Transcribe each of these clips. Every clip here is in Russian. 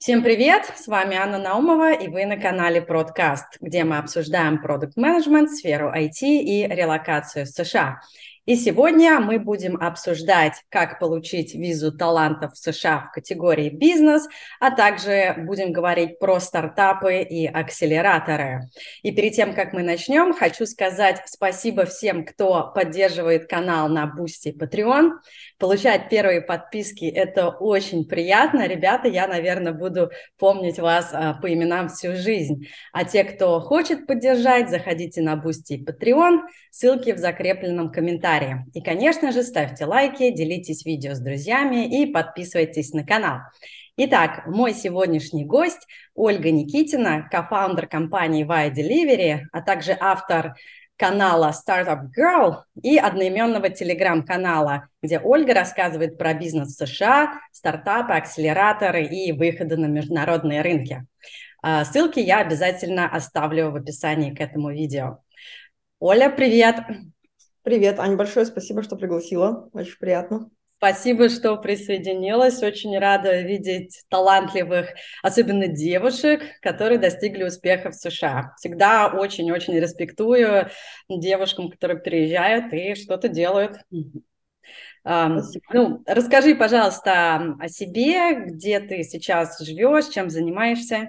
Всем привет! С вами Анна Наумова, и вы на канале Продкаст, где мы обсуждаем продукт-менеджмент, сферу IT и релокацию в США. И сегодня мы будем обсуждать, как получить визу талантов в США в категории бизнес, а также будем говорить про стартапы и акселераторы. И перед тем, как мы начнем, хочу сказать спасибо всем, кто поддерживает канал на Boosty и Patreon. Получать первые подписки – это очень приятно. Ребята, я, наверное, буду помнить вас по именам всю жизнь. А те, кто хочет поддержать, заходите на Boosty и Patreon. Ссылки в закрепленном комментарии. И, конечно же, ставьте лайки, делитесь видео с друзьями и подписывайтесь на канал. Итак, мой сегодняшний гость Ольга Никитина, кофаундер компании Via Delivery, а также автор канала Startup Girl и одноименного телеграм-канала, где Ольга рассказывает про бизнес в США, стартапы, акселераторы и выходы на международные рынки. Ссылки я обязательно оставлю в описании к этому видео. Оля, привет! Привет, Ань, большое спасибо, что пригласила. Очень приятно. Спасибо, что присоединилась. Очень рада видеть талантливых, особенно девушек, которые достигли успеха в США. Всегда очень-очень респектую девушкам, которые приезжают и что-то делают. Спасибо. Ну, расскажи, пожалуйста, о себе, где ты сейчас живешь, чем занимаешься.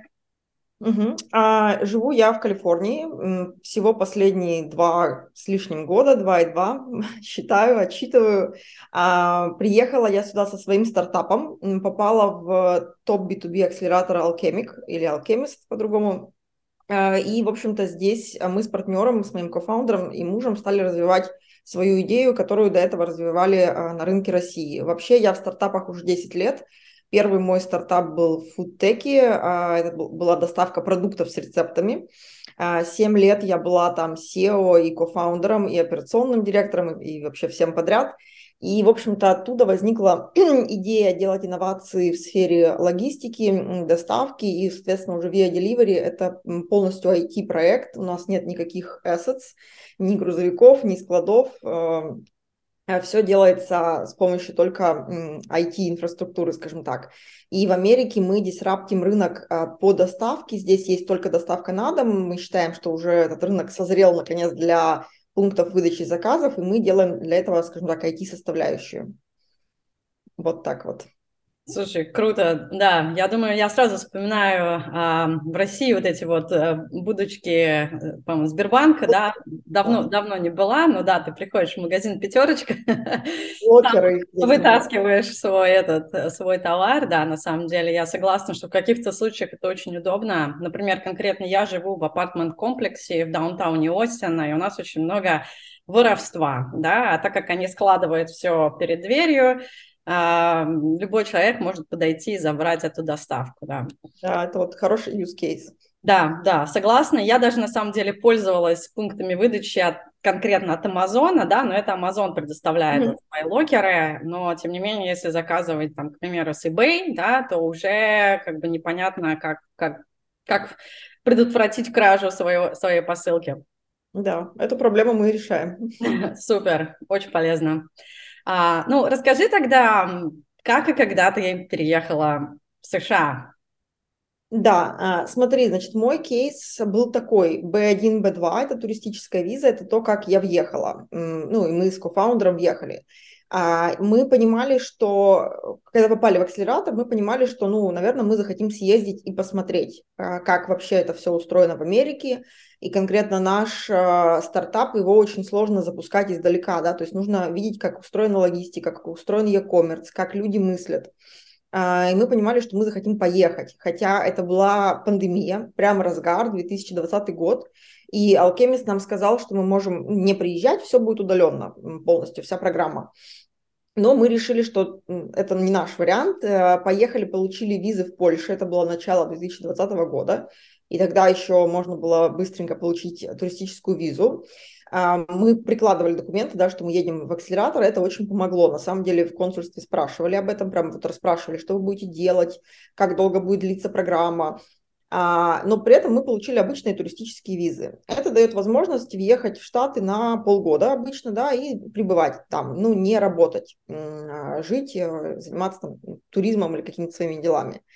Живу я в Калифорнии. Всего последние 2 с лишним года, 2,2, считаю, отчитываю. Приехала я сюда со своим стартапом, попала в топ B2B акселератора Alchemic или Alchemist по-другому. И, в общем-то, здесь мы с партнером, с моим кофаундером и мужем стали развивать свою идею, которую до этого развивали на рынке России. Вообще, я в стартапах уже 10 лет. Первый мой стартап был в фудтеке, это была доставка продуктов с рецептами. 7 лет я была там SEO и кофаундером, и операционным директором, и вообще всем подряд. И, в общем-то, оттуда возникла идея делать инновации в сфере логистики, доставки, и, соответственно, уже Via Delivery – это полностью IT-проект, у нас нет никаких assets, ни грузовиков, ни складов, все делается с помощью только IT-инфраструктуры, скажем так. И в Америке мы дисраптим рынок по доставке. Здесь есть только доставка на дом. Мы считаем, что уже этот рынок созрел, наконец, для пунктов выдачи заказов, и мы делаем для этого, скажем так, IT-составляющую. Вот так вот. Слушай, круто, да. Я думаю, я сразу вспоминаю в России вот эти вот будочки, по-моему, Сбербанка, да, Да. давно не была, но да, ты приходишь в магазин «Пятерочка», там Блокеры здесь называют. вытаскиваешь свой товар, да, на самом деле я согласна, что в каких-то случаях это очень удобно. Например, конкретно я живу в апартмент-комплексе в даунтауне Остина, и у нас очень много воровства, да, а так как они складывают все перед дверью, любой человек может подойти и забрать эту доставку, да. Да, это вот хороший use case. Да, да, согласна. Я даже на самом деле пользовалась пунктами выдачи конкретно от Амазона, да, но это Амазон предоставляет Мгм. вот свои локеры, но тем не менее, если заказывать там, к примеру, с eBay, да, то уже как бы непонятно, как предотвратить кражу своей посылки. Да, эту проблему мы решаем. Супер, очень полезно. Ну, расскажи тогда, как и когда ты переехала в США? Да, смотри, значит, мой кейс был такой, B1, B2, это туристическая виза, это то, как я въехала, ну, и мы с кофаундером въехали. Мы понимали, что, когда попали в акселератор, мы понимали, что, ну, наверное, мы захотим съездить и посмотреть, как вообще это все устроено в Америке, и конкретно наш стартап, его очень сложно запускать издалека, да, то есть нужно видеть, как устроена логистика, как устроен e-commerce, как люди мыслят. И мы понимали, что мы захотим поехать, хотя это была пандемия, прямо разгар, 2020 год, и Alchemist нам сказал, что мы можем не приезжать, все будет удаленно полностью, вся программа. Но мы решили, что это не наш вариант. Поехали, получили визы в Польше, это было начало 2020 года, и тогда еще можно было быстренько получить туристическую визу. Мы прикладывали документы, да, что мы едем в акселератор, это очень помогло. На самом деле в консульстве спрашивали об этом, прям вот расспрашивали, что вы будете делать, как долго будет длиться программа. Но при этом мы получили обычные туристические визы. Это дает возможность въехать в Штаты на полгода обычно, да, и пребывать там, ну, не работать, жить, заниматься там туризмом или какими-то своими делами.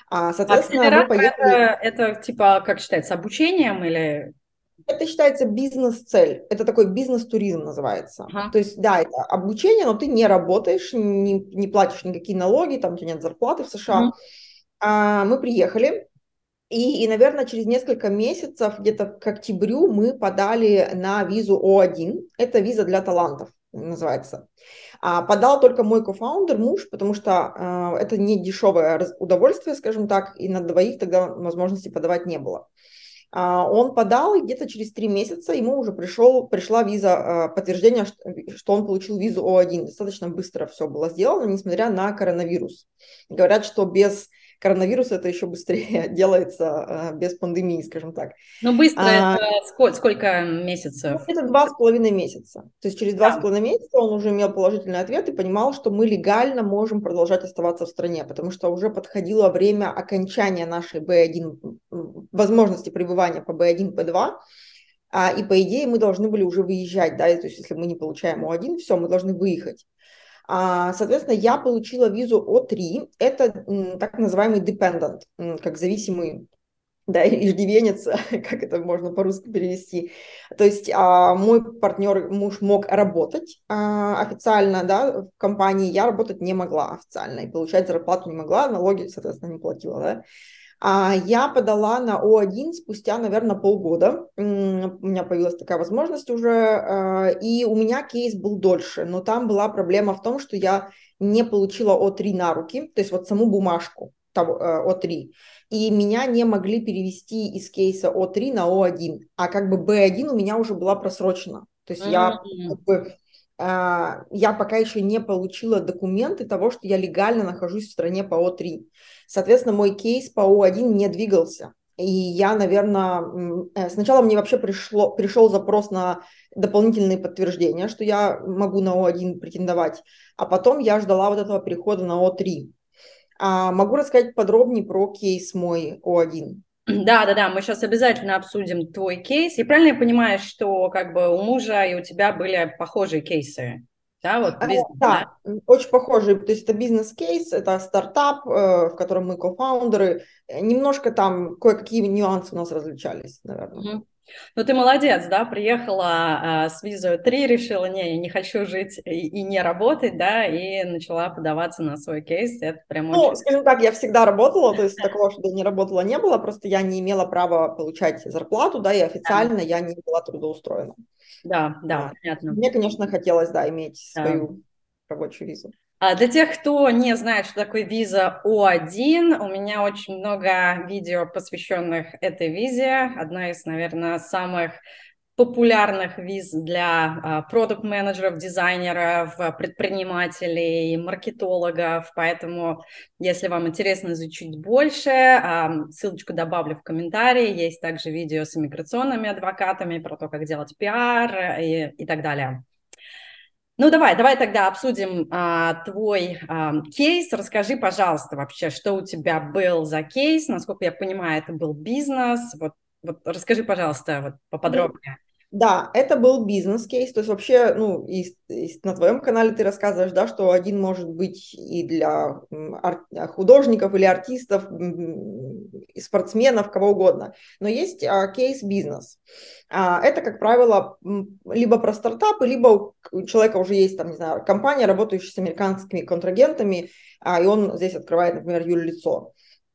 Соответственно, мы Акселератор поехали. это типа, как считается, обучением или... Это считается бизнес-цель. Это такой бизнес-туризм называется. Ага. То есть, да, это обучение, но ты не работаешь, не платишь никакие налоги, там у тебя нет зарплаты в США. Мгм. Мы приехали, наверное, через несколько месяцев, где-то к октябрю, мы подали на визу О1. Это виза для талантов называется. Подал только мой кофаундер, муж, потому что это не дешевое удовольствие, скажем так, и на двоих тогда возможности подавать не было. Он подал, и где-то через 3 месяца ему уже пришла виза, подтверждение, что он получил визу О1. Достаточно быстро все было сделано, несмотря на коронавирус. Говорят, что без коронавируса это еще быстрее делается, без пандемии, скажем так. Ну, быстро А, это сколько месяцев? Где-то 2,5 месяца. То есть через два с Да. половиной месяца он уже имел положительный ответ и понимал, что мы легально можем продолжать оставаться в стране, потому что уже подходило время окончания нашей B1, возможности пребывания по B1, B2, и по идее мы должны были уже выезжать, да, то есть если мы не получаем О1, все, мы должны выехать. Соответственно, я получила визу О3, это так называемый dependent, как зависимый, да, иждивенец, как это можно по-русски перевести. То есть мой партнер, муж мог работать официально, да, в компании, я работать не могла официально, и получать зарплату не могла, налоги, соответственно, не платила, да. Я подала на О1 спустя, наверное, полгода. У меня появилась такая возможность уже, и у меня кейс был дольше, но там была проблема в том, что я не получила О3 на руки, то есть вот саму бумажку О3, и меня не могли перевести из кейса О3 на О1, а как бы Б1 у меня уже была просрочена. То есть я как бы я пока еще не получила документы того, что я легально нахожусь в стране по О3. Соответственно, мой кейс по О1 не двигался. И я, наверное, сначала мне вообще пришел запрос на дополнительные подтверждения, что я могу на О1 претендовать, а потом я ждала вот этого перехода на О3. Могу рассказать подробнее про кейс мой О1. Да, да, да, мы сейчас обязательно обсудим твой кейс. И правильно я понимаю, что как бы у мужа и у тебя были похожие кейсы? Да, вот бизнес, да? Да, очень похоже. То есть это бизнес-кейс, это стартап, в котором мы кофаундеры. Немножко там кое-какие нюансы у нас различались, наверное. Мгм. Ну, ты молодец, да, приехала с визой 3, решила, не, я не хочу жить и не работать, да, и начала подаваться на свой кейс. Это прям Ну, очень... скажем так, я всегда работала, то есть такого, что я не работала, не было, просто я не имела права получать зарплату, да, и официально я не была трудоустроена. Да, да, А, понятно. Мне, конечно, хотелось, да, иметь Да. свою рабочую визу. Для тех, кто не знает, что такое виза О1, у меня очень много видео, посвященных этой визе. Одна из, наверное, самых популярных виз для продукт-менеджеров, дизайнеров, предпринимателей, маркетологов. Поэтому, если вам интересно изучить больше, ссылочку добавлю в комментарии. Есть также видео с иммиграционными адвокатами про то, как делать пиар и так далее. Ну, давай тогда обсудим твой кейс. Расскажи, пожалуйста, вообще, что у тебя был за кейс. Насколько я понимаю, это был бизнес. Вот расскажи, пожалуйста, вот поподробнее. Да, это был бизнес-кейс, то есть вообще, ну, на твоем канале ты рассказываешь, да, что один может быть и для художников или артистов, и спортсменов, кого угодно, но есть кейс-бизнес. Это, как правило, либо про стартапы, либо у человека уже есть, там, не знаю, компания, работающая с американскими контрагентами, и он здесь открывает, например, юрлицо.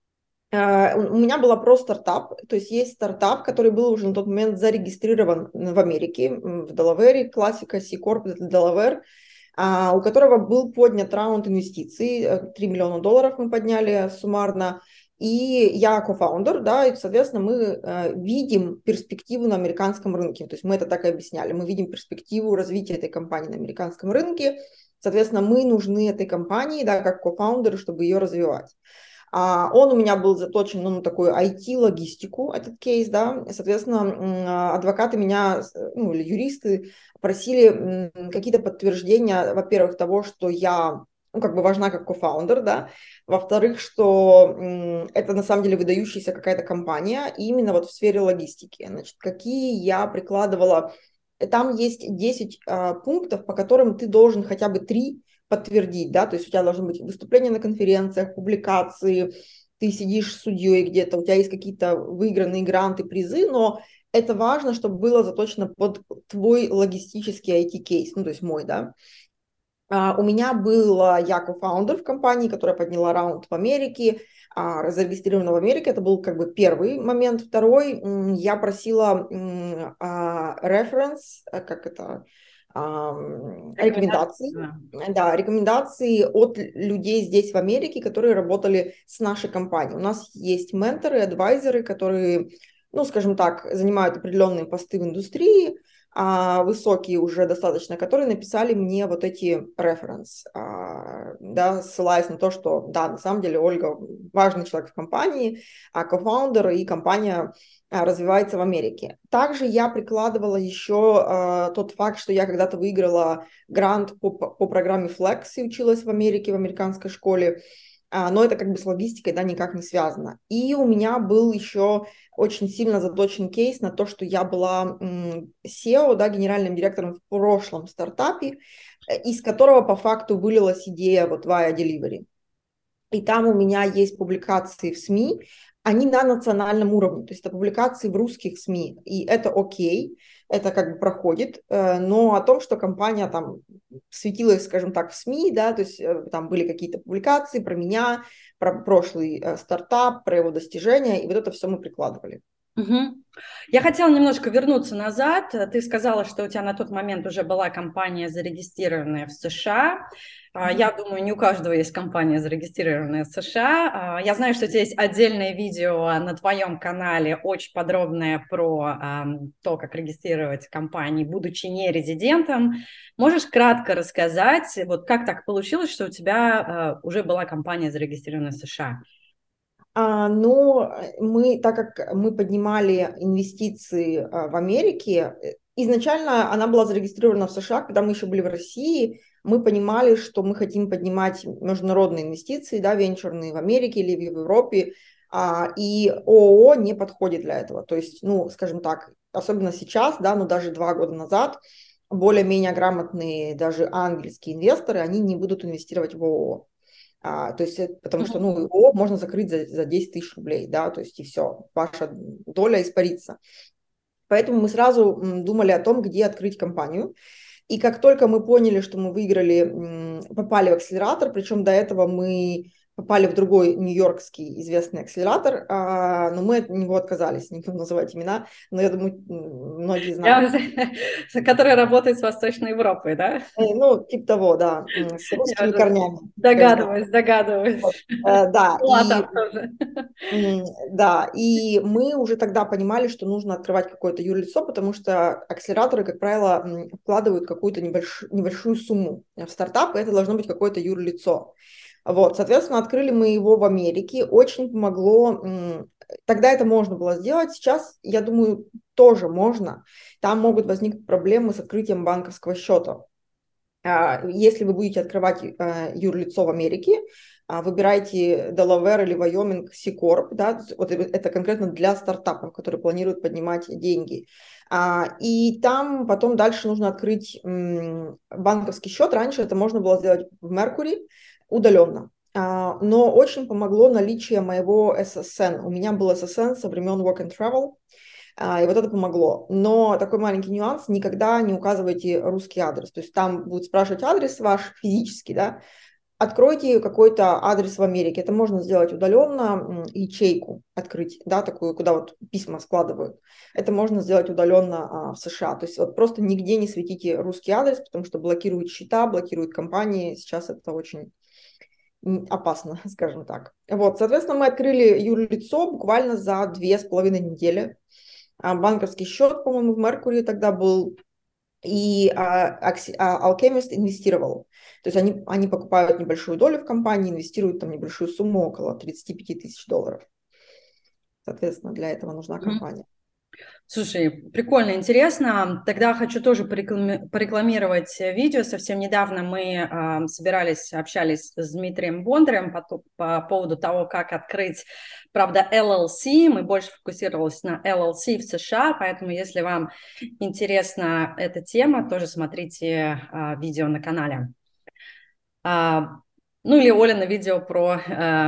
У меня была про стартап, то есть есть стартап, который был уже на тот момент зарегистрирован в Америке, в Делавере, классика C-Corp, это Delaware, у которого был поднят раунд инвестиций, $3 миллиона мы подняли суммарно, и я кофаундер, да, и, соответственно, мы видим перспективу на американском рынке, то есть мы это так и объясняли, мы видим перспективу развития этой компании на американском рынке, соответственно, мы нужны этой компании, да, как кофаундеры, чтобы ее развивать. Он у меня был заточен, ну, на такую IT-логистику, этот кейс, да, соответственно, адвокаты меня, ну, или юристы просили какие-то подтверждения, во-первых, того, что я, ну, как бы важна как кофаундер, да, во-вторых, что это на самом деле выдающаяся какая-то компания, и именно вот в сфере логистики, значит, какие я прикладывала, там есть 10 пунктов, по которым ты должен хотя бы 3 подтвердить, да, то есть у тебя должны быть выступления на конференциях, публикации, ты сидишь судьей где-то, у тебя есть какие-то выигранные гранты, призы, но это важно, чтобы было заточено под твой логистический IT-кейс, ну, то есть мой, да. У меня я кофаундер в компании, которая подняла раунд в Америке, зарегистрирована в Америке. Это был как бы первый момент. Второй, я просила референс, как это, рекомендации. Да. Да, рекомендации от людей здесь в Америке, которые работали с нашей компанией. У нас есть менторы, адвайзеры, которые, ну, скажем так, занимают определенные посты в индустрии, высокие уже достаточно, которые написали мне вот эти референс, да, ссылаясь на то, что, да, на самом деле Ольга важный человек в компании, кофаундер, и компания развивается в Америке. Также я прикладывала еще тот факт, что я когда-то выиграла грант по программе Flex и училась в Америке, в американской школе, но это как бы с логистикой, да, никак не связано. И у меня был еще очень сильно заточен кейс на то, что я была SEO, да, генеральным директором в прошлом стартапе, из которого по факту вылилась идея вот Via Delivery. И там у меня есть публикации в СМИ, они на национальном уровне, то есть это публикации в русских СМИ, и это окей, это как бы проходит, но о том, что компания там светилась, скажем так, в СМИ, да, то есть там были какие-то публикации про меня, про прошлый стартап, про его достижения, и вот это все мы прикладывали. Угу. Я хотела немножко вернуться назад. Ты сказала, что у тебя на тот момент уже была компания, зарегистрированная в США. Я думаю, не у каждого есть компания, зарегистрированная в США. Я знаю, что у тебя есть отдельное видео на твоем канале, очень подробное про то, как регистрировать компании, будучи не резидентом. Можешь кратко рассказать, вот как так получилось, что у тебя уже была компания, зарегистрированная в США? Но так как мы поднимали инвестиции в Америке, изначально она была зарегистрирована в США, когда мы еще были в России, мы понимали, что мы хотим поднимать международные инвестиции, да, венчурные в Америке или в Европе, и ООО не подходит для этого. То есть, ну, скажем так, особенно сейчас, да, но даже 2 года назад, более-менее грамотные даже ангельские инвесторы, они не будут инвестировать в ООО. То есть, потому что, ну, ООО можно закрыть за 10 тысяч рублей, да, то есть и все, ваша доля испарится. Поэтому мы сразу думали о том, где открыть компанию. И как только мы поняли, что мы выиграли, попали в акселератор, причем до этого мы попали в другой нью-йоркский известный акселератор, но мы от него отказались, не буду называть имена, но я думаю, многие знают. Который работает с Восточной Европой, да? Ну, типа того, да, с Я русскими уже корнями, скажем так. догадываюсь. Вот. Да, Платон тоже. Да, и мы уже тогда понимали, что нужно открывать какое-то юрлицо, потому что акселераторы, как правило, вкладывают какую-то небольшую сумму в стартап, и это должно быть какое-то юрлицо. Вот, соответственно, открыли мы его в Америке, очень помогло, тогда это можно было сделать, сейчас, я думаю, тоже можно, там могут возникнуть проблемы с открытием банковского счета. Если вы будете открывать юрлицо в Америке, выбирайте Delaware или Wyoming C-Corp, да, вот это конкретно для стартапов, которые планируют поднимать деньги. И там потом дальше нужно открыть банковский счет. Раньше это можно было сделать в Mercury удаленно. Но очень помогло наличие моего SSN. У меня был SSN со времен Work and Travel, и вот это помогло. Но такой маленький нюанс, никогда не указывайте русский адрес. То есть там будут спрашивать адрес ваш физический, да, откройте какой-то адрес в Америке. Это можно сделать удаленно, ячейку открыть, да, такую, куда вот письма складывают. Это можно сделать удаленно в США. То есть вот просто нигде не светите русский адрес, потому что блокируют счета, блокируют компании. Сейчас это очень опасно, скажем так. Вот, соответственно, мы открыли юрлицо буквально за 2,5 недели. Банковский счет, по-моему, в Mercury тогда был, и Alchemist инвестировал. То есть они покупают небольшую долю в компании, инвестируют там небольшую сумму, около 35 тысяч долларов. Соответственно, для этого нужна компания. Слушай, прикольно, интересно. Тогда хочу тоже порекламировать видео. Совсем недавно мы собирались, общались с Дмитрием Бондарем по поводу того, как открыть, правда, LLC. Мы больше фокусировались на LLC в США, поэтому если вам интересна эта тема, тоже смотрите видео на канале. Ну или Оля на видео про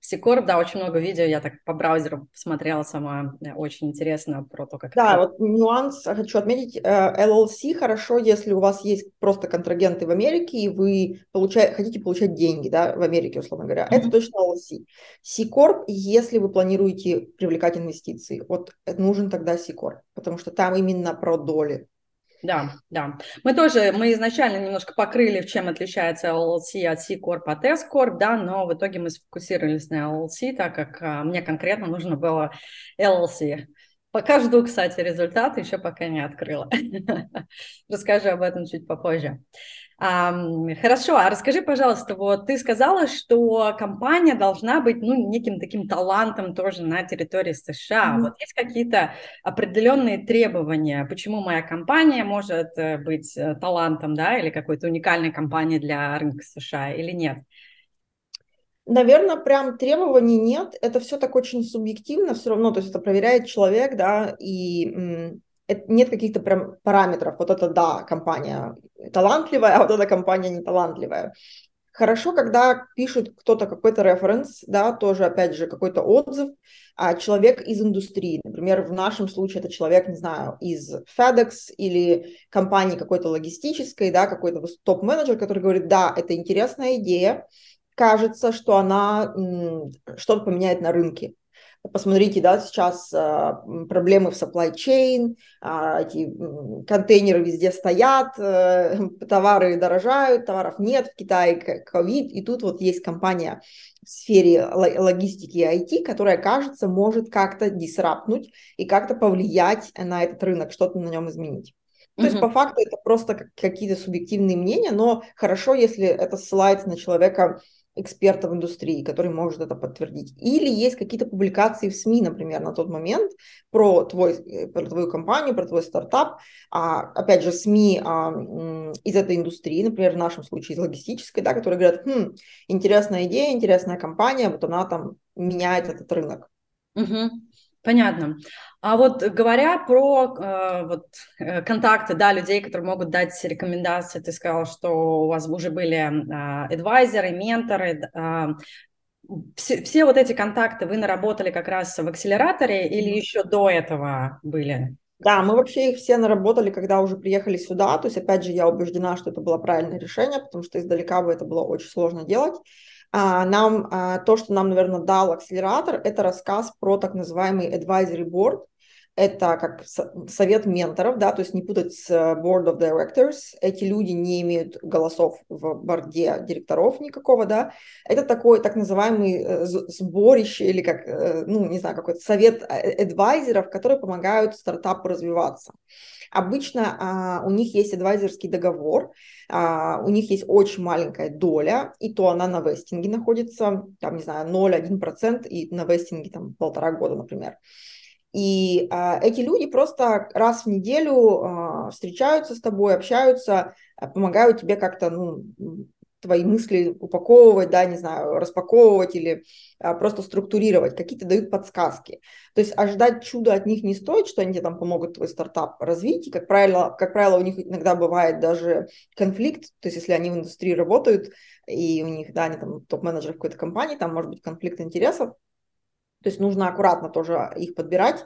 C-Corp, да, очень много видео, я так по браузеру посмотрела сама, очень интересно про то, как Да, это... вот нюанс хочу отметить. LLC хорошо, если у вас есть просто контрагенты в Америке, и вы хотите получать деньги, да, в Америке, условно говоря. Это Мгм. точно LLC. C-Corp, если вы планируете привлекать инвестиции, вот нужен тогда C-Corp, потому что там именно про доли. Да, да. Мы изначально немножко покрыли, в чем отличается LLC от C-Corp от S-Corp, да, но в итоге мы сфокусировались на LLC, так как мне конкретно нужно было LLC. Пока жду, кстати, результат, еще пока не открыла. Расскажу об этом чуть попозже. Хорошо, а расскажи, пожалуйста, вот ты сказала, что компания должна быть, ну, неким таким талантом тоже на территории США. Вот есть какие-то определенные требования, почему моя компания может быть талантом, да, или какой-то уникальной компанией для рынка США, или нет? Наверное, прям требований нет. Это все так очень субъективно все равно. То есть это проверяет человек, да, и нет каких-то прям параметров. Вот это да, компания талантливая, а вот эта компания не талантливая. Хорошо, когда пишут кто-то какой-то референс, да, тоже, опять же, какой-то отзыв, а человек из индустрии. Например, в нашем случае это человек, не знаю, из FedEx или компании какой-то логистической, да, какой-то топ-менеджер, который говорит, да, это интересная идея, кажется, что она что-то поменяет на рынке. Посмотрите, да, сейчас проблемы в supply chain, эти контейнеры везде стоят, товары дорожают, товаров нет, в Китае ковид, и тут вот есть компания в сфере логистики и IT, которая, кажется, может как-то дисраптнуть и как-то повлиять на этот рынок, что-то на нем изменить. То есть по факту это просто какие-то субъективные мнения, но хорошо, если это ссылается на человека, эксперта в индустрии, который может это подтвердить. Или есть какие-то публикации в СМИ, например, на тот момент про твою компанию, про твой стартап. Опять же, СМИ из этой индустрии, например, в нашем случае из логистической, да, которые говорят, интересная идея, интересная компания, вот она там меняет этот рынок. Угу. Понятно. А вот говоря про контакты, да, людей, которые могут дать рекомендации, ты сказала, что у вас уже были адвайзеры, менторы. Все вот эти контакты вы наработали как раз в акселераторе или еще до этого были? Да, мы вообще их все наработали, когда уже приехали сюда. То есть, опять же, я убеждена, что это было правильное решение, потому что издалека бы это было очень сложно делать. То, что нам, наверное, дал акселератор, это рассказ про так называемый advisory board. Это как совет менторов, да, то есть не путать с board of directors. Эти люди не имеют голосов в борде директоров никакого, да. Это такой так называемый сборище или как, ну, не знаю, какой-то совет адвайзеров, которые помогают стартапу развиваться. Обычно у них есть адвайзерский договор, у них есть очень маленькая доля, и то она на вестинге находится, там, не знаю, 0,1%, и на вестинге там 1,5 года, например. И эти люди просто раз в неделю встречаются с тобой, общаются, помогают тебе как-то, ну, твои мысли упаковывать, да, не знаю, распаковывать или просто структурировать, какие-то дают подсказки. То есть ожидать чуда от них не стоит, что они тебе там помогут твой стартап развить. И, как правило, у них иногда бывает даже конфликт, то есть если они в индустрии работают, и у них, да, они там топ-менеджеры в какой-то компании, там может быть конфликт интересов, то есть нужно аккуратно тоже их подбирать.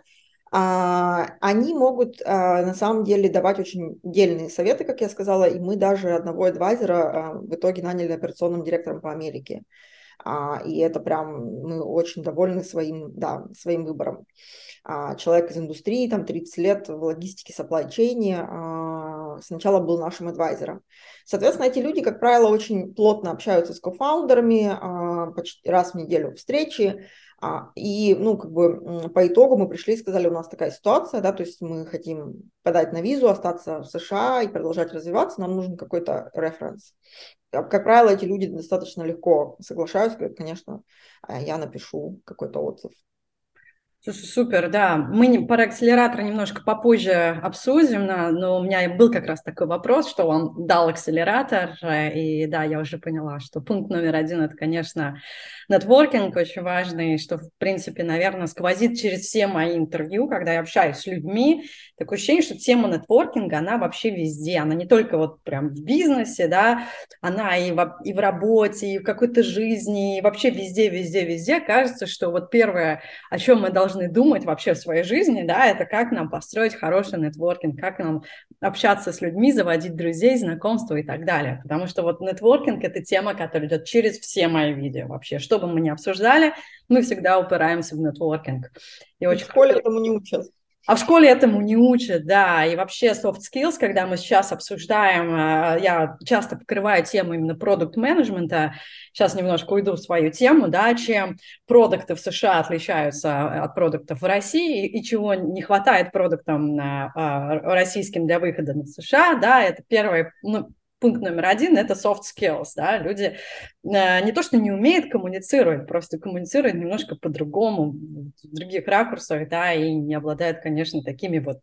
Они могут на самом деле давать очень дельные советы, как я сказала, и мы даже одного адвайзера в итоге наняли операционным директором по Америке. И это прям мы очень довольны да, своим выбором. Человек из индустрии, там 30 лет в логистике, supply chain, сначала был нашим адвайзером. Соответственно, эти люди, как правило, очень плотно общаются с кофаундерами, почти раз в неделю встречи, и, ну, как бы по итогу мы пришли и сказали, у нас такая ситуация, да, то есть мы хотим подать на визу, остаться в США и продолжать развиваться, нам нужен какой-то референс. Как правило, эти люди достаточно легко соглашаются, говорят, конечно, я напишу какой-то отзыв. Слушай, супер, да. Про акселератор немножко попозже обсудим, но у меня был как раз такой вопрос, что вам дал акселератор, и да, я уже поняла, что пункт номер один – это, конечно, нетворкинг очень важный, что, в принципе, наверное, сквозит через все мои интервью, когда я общаюсь с людьми, такое ощущение, что тема нетворкинга, она вообще везде, она не только вот прям в бизнесе, да, она и в работе, и в какой-то жизни, и вообще везде, везде, везде. Кажется, что вот первое, о чем мы должны думать вообще в своей жизни, да, это как нам построить хороший нетворкинг, как нам общаться с людьми, заводить друзей, знакомства и так далее. Потому что вот нетворкинг – это тема, которая идет через все мои видео вообще. Что бы мы ни обсуждали, мы всегда упираемся в нетворкинг. И И в очень школе круто. этому не учат. А в школе этому не учат, да, и вообще soft skills, когда мы сейчас обсуждаем, я часто покрываю тему именно продукт-менеджмента, сейчас немножко уйду в свою тему, да, чем продукты в США отличаются от продуктов в России, и чего не хватает продуктам российским для выхода на США, да, это первый, ну, пункт номер один – это soft skills, да, люди не то, что не умеют коммуницировать, просто коммуницируют немножко по-другому, в других ракурсах, да, и не обладают, конечно, такими вот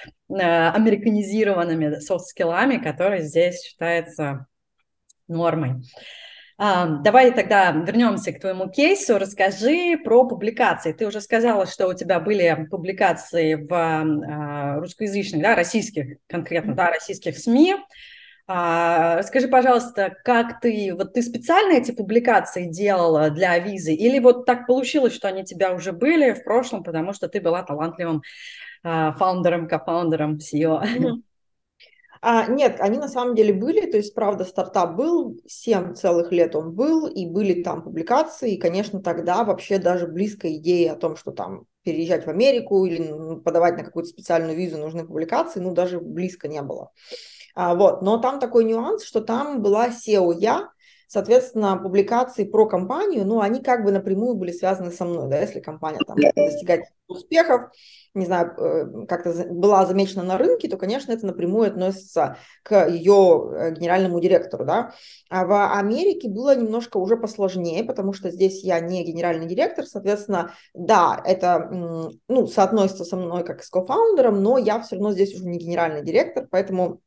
американизированными софт-скиллами, которые здесь считаются нормой. Давай тогда вернемся к твоему кейсу. Расскажи про публикации. Ты уже сказала, что у тебя были публикации в русскоязычных, да, российских, конкретно, да, российских СМИ. Расскажи, пожалуйста, как вот ты специально эти публикации делала для визы, или вот так получилось, что они у тебя уже были в прошлом, потому что ты была талантливым фаундером, кофаундером, CEO? Нет, они на самом деле были, то есть, правда, стартап был, 7 целых лет он был, и были там публикации, и, конечно, тогда вообще даже близкой идеи о том, что там переезжать в Америку или подавать на какую-то специальную визу нужны публикации, ну, даже близко не было. Вот. Но там такой нюанс, что там была SEO я, соответственно, публикации про компанию, ну, они как бы напрямую были связаны со мной, да, если компания там достигает успехов, не знаю, как-то была замечена на рынке, то, конечно, это напрямую относится к ее генеральному директору, да. А в Америке было немножко уже посложнее, потому что здесь я не генеральный директор, соответственно, да, это, ну, соотносится со мной как с кофаундером, но я все равно здесь уже не генеральный директор, поэтому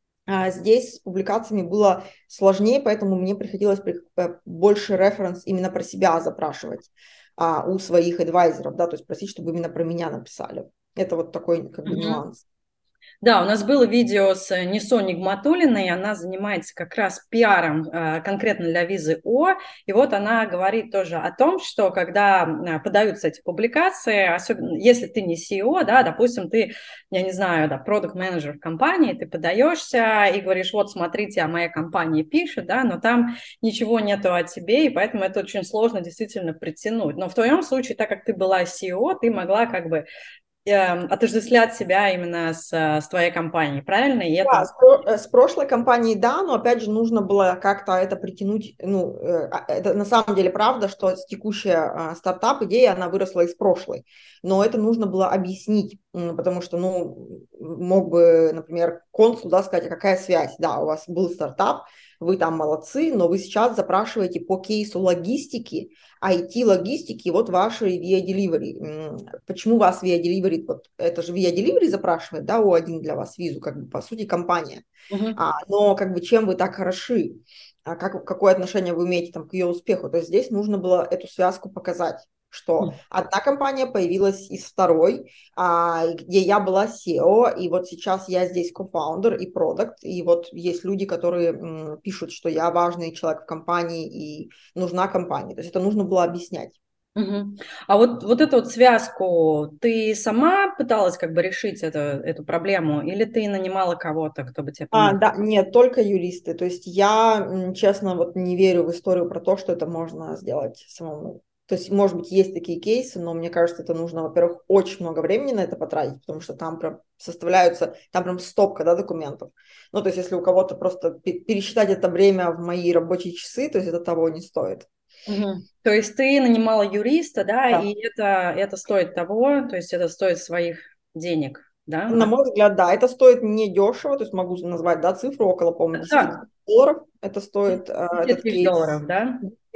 здесь с публикациями было сложнее, поэтому мне приходилось больше референс именно про себя запрашивать у своих адвайзеров, да, то есть просить, чтобы именно про меня написали. Это вот такой как бы нюанс. Да, у нас было видео с Нисо Нигматуллиной, она занимается как раз пиаром конкретно для визы О, и вот она говорит тоже о том, что когда подаются эти публикации, особенно если ты не CEO, да, допустим, ты, я не знаю, да, продакт-менеджер в компании, ты подаешься и говоришь, вот, смотрите, о моей компании пишут, да, но там ничего нету о тебе, и поэтому это очень сложно действительно притянуть. Но в твоем случае, так как ты была CEO, ты могла как бы отождествлять себя именно с твоей компанией, правильно? И это... Да, с прошлой компанией, да, но опять же нужно было как-то это притянуть, ну, это на самом деле правда, что текущая стартап-идея, она выросла из прошлой, но это нужно было объяснить, потому что, ну, мог бы, например, консул, да, сказать, а какая связь, да, у вас был стартап, вы там молодцы, но вы сейчас запрашиваете по кейсу логистики, IT-логистики, вот ваши Via Delivery. Почему вас Via Delivery, вот это же Via Delivery запрашивает, да, О1 для вас визу, как бы по сути компания. Но как бы чем вы так хороши, какое отношение вы имеете там к ее успеху, то есть здесь нужно было эту связку показать, что одна компания появилась из второй, где я была SEO, и вот сейчас я здесь кофаундер и продукт, и вот есть люди, которые пишут, что я важный человек в компании и нужна компания, то есть это нужно было объяснять. А вот эту вот связку ты сама пыталась как бы решить эту проблему, или ты нанимала кого-то, кто бы тебе помог? Да, нет, только юристы. То есть я, честно, вот не верю в историю про то, что это можно сделать самому. То есть, может быть, есть такие кейсы, но мне кажется, это нужно, во-первых, очень много времени на это потратить, потому что там прям составляются, там прям стопка, да, документов. Ну, то есть, если у кого-то просто пересчитать это время в мои рабочие часы, то есть это того не стоит. То есть ты нанимала юриста, да, Да. и это стоит того, то есть это стоит своих денег, да? На мой взгляд, да, это стоит не дешево, то есть могу назвать, да, цифру около, по-моему, 10 Да, тысяч долларов. Это стоит 10 этот тысяч кейс долларов, да?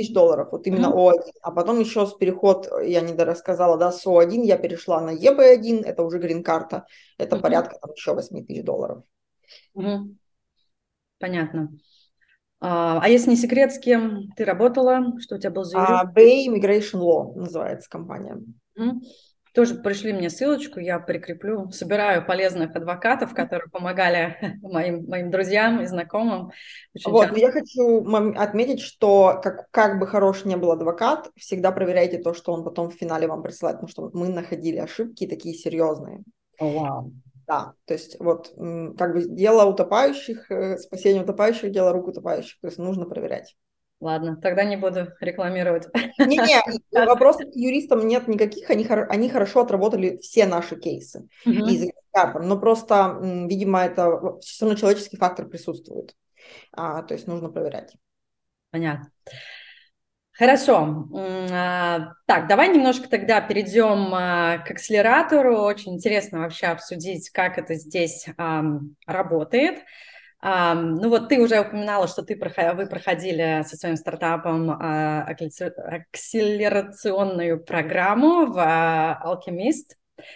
тысяч долларов, вот именно Мгм. О1. А потом еще с переход, я не рассказала, да, с О1 я перешла на ЕБ1, это уже грин-карта, это Мгм. порядка там еще 8 тысяч долларов. Мгм. Понятно. А если не секрет, с кем ты работала, что у тебя был за юрист? Bay Immigration Law называется компания. Мгм. Тоже пришли мне ссылочку, я прикреплю. Собираю полезных адвокатов, которые помогали моим друзьям и знакомым. Очень Вот, но часто. я хочу отметить, что как бы хорош не был адвокат, всегда проверяйте то, что он потом в финале вам присылает, потому что мы находили ошибки такие серьезные. О, вау. Да, то есть вот как бы дело утопающих, спасение утопающих, дело рук утопающих, то есть нужно проверять. Ладно, тогда не буду рекламировать. Не-не, вопросов к юристам нет никаких, они хорошо отработали все наши кейсы и за Мгм. картом, но просто, видимо, это все равно человеческий фактор присутствует, то есть нужно проверять. Понятно. Хорошо. Так, давай немножко тогда перейдем к акселератору. Очень интересно вообще обсудить, как это здесь работает. Ну вот ты уже упоминала, что вы проходили со своим стартапом акселерационную программу в Alchemist.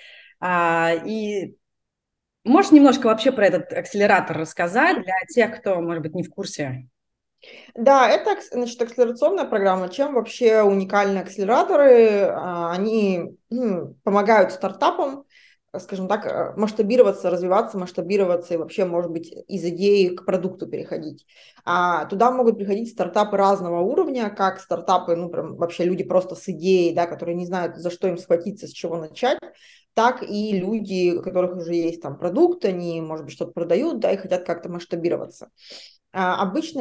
И можешь немножко вообще про этот акселератор рассказать для тех, кто, может быть, не в курсе? Да, это, значит, акселерационная программа. Чем вообще уникальны акселераторы? Они помогают стартапам, скажем так, масштабироваться, развиваться, масштабироваться и вообще, может быть, из идеи к продукту переходить. Туда могут приходить стартапы разного уровня, как стартапы, ну, прям вообще люди просто с идеей, да, которые не знают, за что им схватиться, с чего начать, так и люди, у которых уже есть там продукт, они, может быть, что-то продают, да, и хотят как-то масштабироваться. Обычно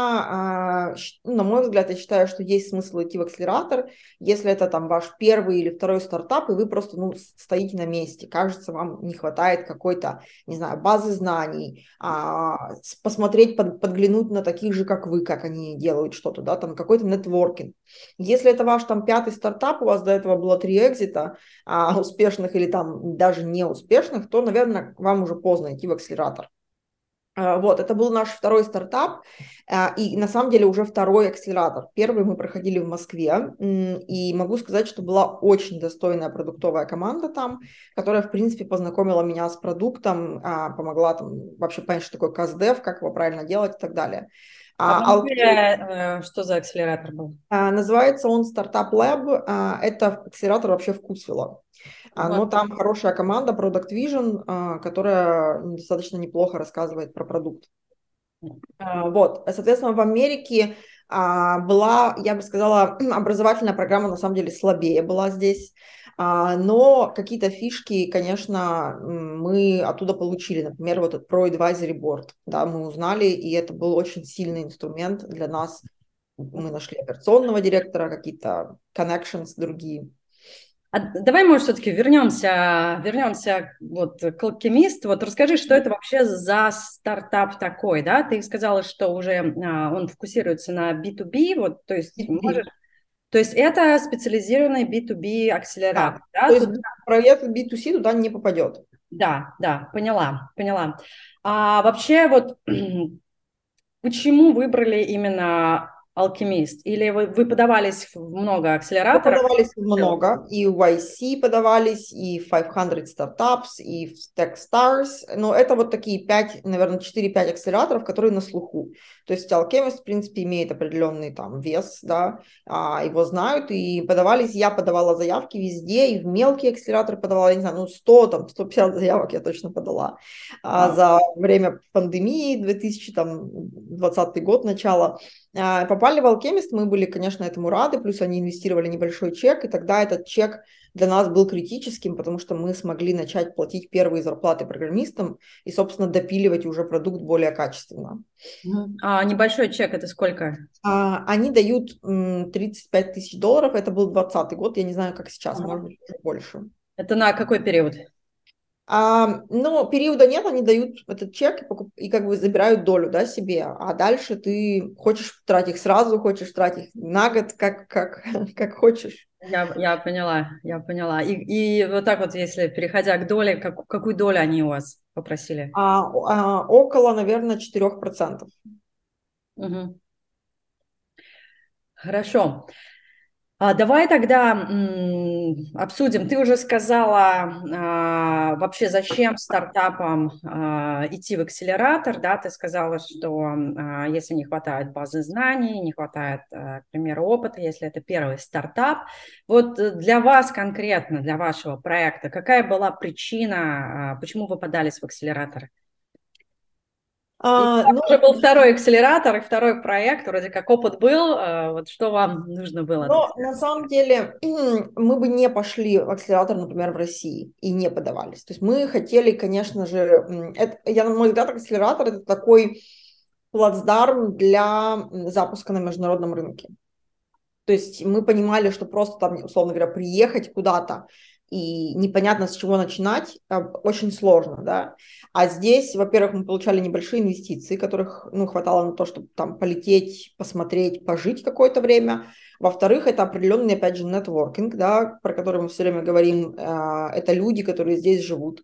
на мой взгляд, я считаю, что есть смысл идти в акселератор, если это там ваш первый или второй стартап, и вы просто стоите на месте. Кажется, вам не хватает какой-то, не знаю, базы знаний, посмотреть, подглянуть на таких же, как вы, как они делают что-то, да, там какой-то нетворкинг. Если это ваш там пятый стартап, у вас до этого было 3 экзита, успешных или там даже неуспешных, то, наверное, вам уже поздно идти в акселератор. Вот, это был наш второй стартап, и на самом деле уже второй акселератор. Первый мы проходили в Москве, и могу сказать, что была очень достойная продуктовая команда там, которая, в принципе, познакомила меня с продуктом, помогла там вообще понять, что такое КАЗДЕВ, как его правильно делать и так далее. А в Alchemy, Москве что за акселератор был? называется он Startup Lab, это акселератор вообще вкусвилла. Но Вот. там хорошая команда, Product Vision, которая достаточно неплохо рассказывает про продукт. Вот, соответственно, в Америке была, я бы сказала, образовательная программа на самом деле слабее была здесь, но какие-то фишки, конечно, мы оттуда получили. Например, вот этот Pro Advisory Board, да, мы узнали, и это был очень сильный инструмент для нас. Мы нашли операционного директора, какие-то connections другие. Давай, может, все-таки вернемся вот к Alchemist. Вот расскажи, что это вообще за стартап такой, да? Ты сказала, что уже он фокусируется на B2B, вот, то есть B2B. то есть это специализированный B2B акселератор, Да, да? то есть Тут, проект B2C туда не попадет. да, поняла. А вообще вот почему выбрали именно Alchemist? Или вы подавались в много Мы акселераторов? подавались много, и в YC подавались, и в 500 Startups, и в Techstars, но это вот такие 5, наверное, 4-5 акселераторов, которые на слуху. То есть Alchemist, в принципе, имеет определенный там вес, да, его знают, и подавались, я подавала заявки везде, и в мелкие акселераторы подавала, я не знаю, ну 100, там, 150 заявок я точно подала Вау. за время пандемии 2020 год, начало. Попали в Alchemist, мы были, конечно, этому рады, плюс они инвестировали небольшой чек, и тогда этот чек для нас был критическим, потому что мы смогли начать платить первые зарплаты программистам и, собственно, допиливать уже продукт более качественно. Мгм. А небольшой чек это сколько? Они дают 35 тысяч долларов, это был 2020 год, я не знаю, как сейчас, Ага. может быть, уже больше. Это на какой период? Но периода нет, они дают этот чек и как бы забирают долю, да, себе, а дальше ты хочешь тратить их сразу, хочешь тратить их на год, как хочешь. Я поняла. И вот так вот, если переходя к доле, какую долю они у вас попросили? Около, наверное, 4%. Мгм. Хорошо. Давай тогда обсудим. Ты уже сказала вообще, зачем стартапам идти в акселератор, да? Ты сказала, что если не хватает базы знаний, не хватает, к примеру, опыта, если это первый стартап. Вот для вас конкретно, для вашего проекта, какая была причина, почему вы подались в акселератор? И у вас Ну, уже был второй акселератор и второй проект, вроде как опыт был. Вот что вам нужно было от но акселератора? на самом деле мы бы не пошли в акселератор, например, в России и не подавались. То есть мы хотели, конечно же, на мой взгляд, акселератор это такой плацдарм для запуска на международном рынке. То есть мы понимали, что просто там, условно говоря, приехать куда-то и непонятно с чего начинать, очень сложно, да. А здесь, во-первых, мы получали небольшие инвестиции, которых, ну, хватало на то, чтобы там полететь, посмотреть, пожить какое-то время. Во-вторых, это определенный, опять же, нетворкинг, да, про который мы все время говорим. Это люди, которые здесь живут.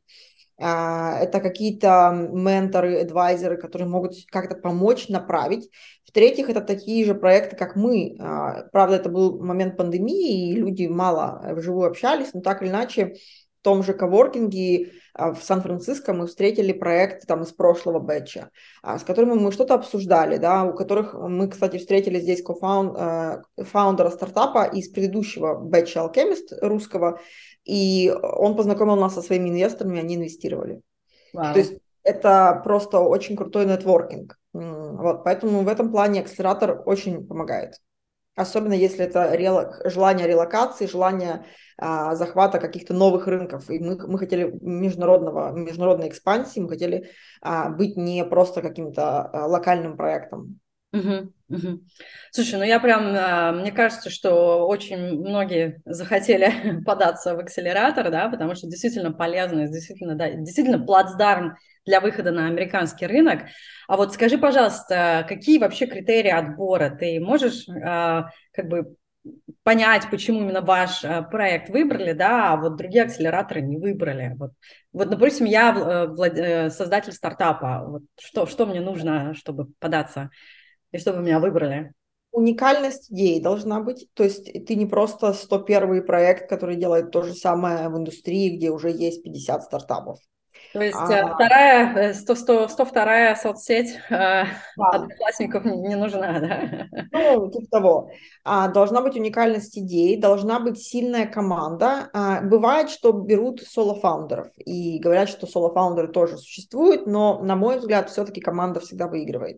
Это какие-то менторы, адвайзеры, которые могут как-то помочь, направить. В-третьих, это такие же проекты, как мы. Правда, это был момент пандемии, и люди мало вживую общались, но так или иначе в том же коворкинге в Сан-Франциско мы встретили проект там из прошлого бэтча, с которыми мы что-то обсуждали, да, у которых мы, кстати, встретили здесь фаундера стартапа из предыдущего бэтча Alchemist русского, и он познакомил нас со своими инвесторами, они инвестировали. То Вау. есть это просто очень крутой нетворкинг. Вот, поэтому в этом плане акселератор очень помогает. Особенно если это желание релокации, желание захвата каких-то новых рынков. И мы хотели международной экспансии, мы хотели быть не просто каким-то локальным проектом. Мгм, мгм. Слушай, ну я прям, мне кажется, что очень многие захотели податься в акселератор, да, потому что действительно полезно, действительно, да, действительно плацдарм для выхода на американский рынок. А вот скажи, пожалуйста, какие вообще критерии отбора? Ты можешь как бы понять, почему именно ваш проект выбрали, да, а вот другие акселераторы не выбрали? Вот допустим, я создатель стартапа. Вот что мне нужно, чтобы податься? И чтобы меня выбрали. Уникальность идеи должна быть. То есть ты не просто 101-й проект, который делает то же самое в индустрии, где уже есть 50 стартапов. То есть А, вторая, 102-я соцсеть да, одноклассников не нужна, да? ну, типа того. Должна быть уникальность идей, должна быть сильная команда. Бывает, что берут соло-фаундеров и говорят, что соло-фаундеры тоже существуют, но, на мой взгляд, все-таки команда всегда выигрывает.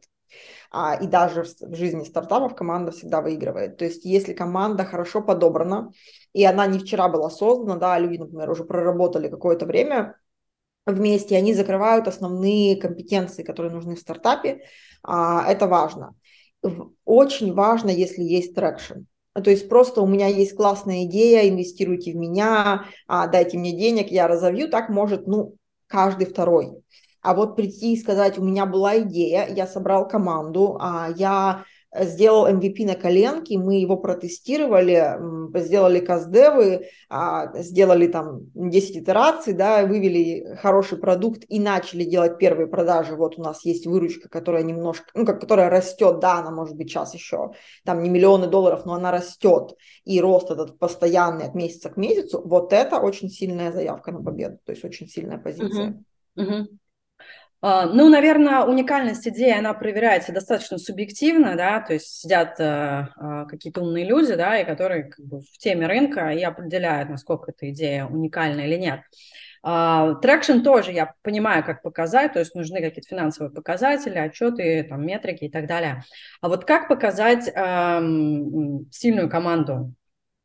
И даже в жизни стартапов команда всегда выигрывает. То есть если команда хорошо подобрана, и она не вчера была создана, да, люди, например, уже проработали какое-то время вместе, они закрывают основные компетенции, которые нужны в стартапе, это важно. Очень важно, если есть трекшн. То есть просто у меня есть классная идея, инвестируйте в меня, дайте мне денег, я разовью, так может, ну, каждый второй. А вот прийти и сказать, у меня была идея, я собрал команду, я сделал MVP на коленке, мы его протестировали, сделали каздевы, сделали там 10 итераций, да, вывели хороший продукт и начали делать первые продажи. Вот у нас есть выручка, которая немножко, ну, которая растет, да, она может быть сейчас еще там не миллионы долларов, но она растет, и рост этот постоянный от месяца к месяцу, вот это очень сильная заявка на победу, то есть очень сильная позиция. Мгм, мгм. Ну, наверное, уникальность идеи, она проверяется достаточно субъективно, да, то есть сидят какие-то умные люди, да, и которые как бы в теме рынка и определяют, насколько эта идея уникальна или нет. Трекшн тоже я понимаю, как показать, то есть нужны какие-то финансовые показатели, отчеты, там, метрики и так далее. А вот как показать сильную команду?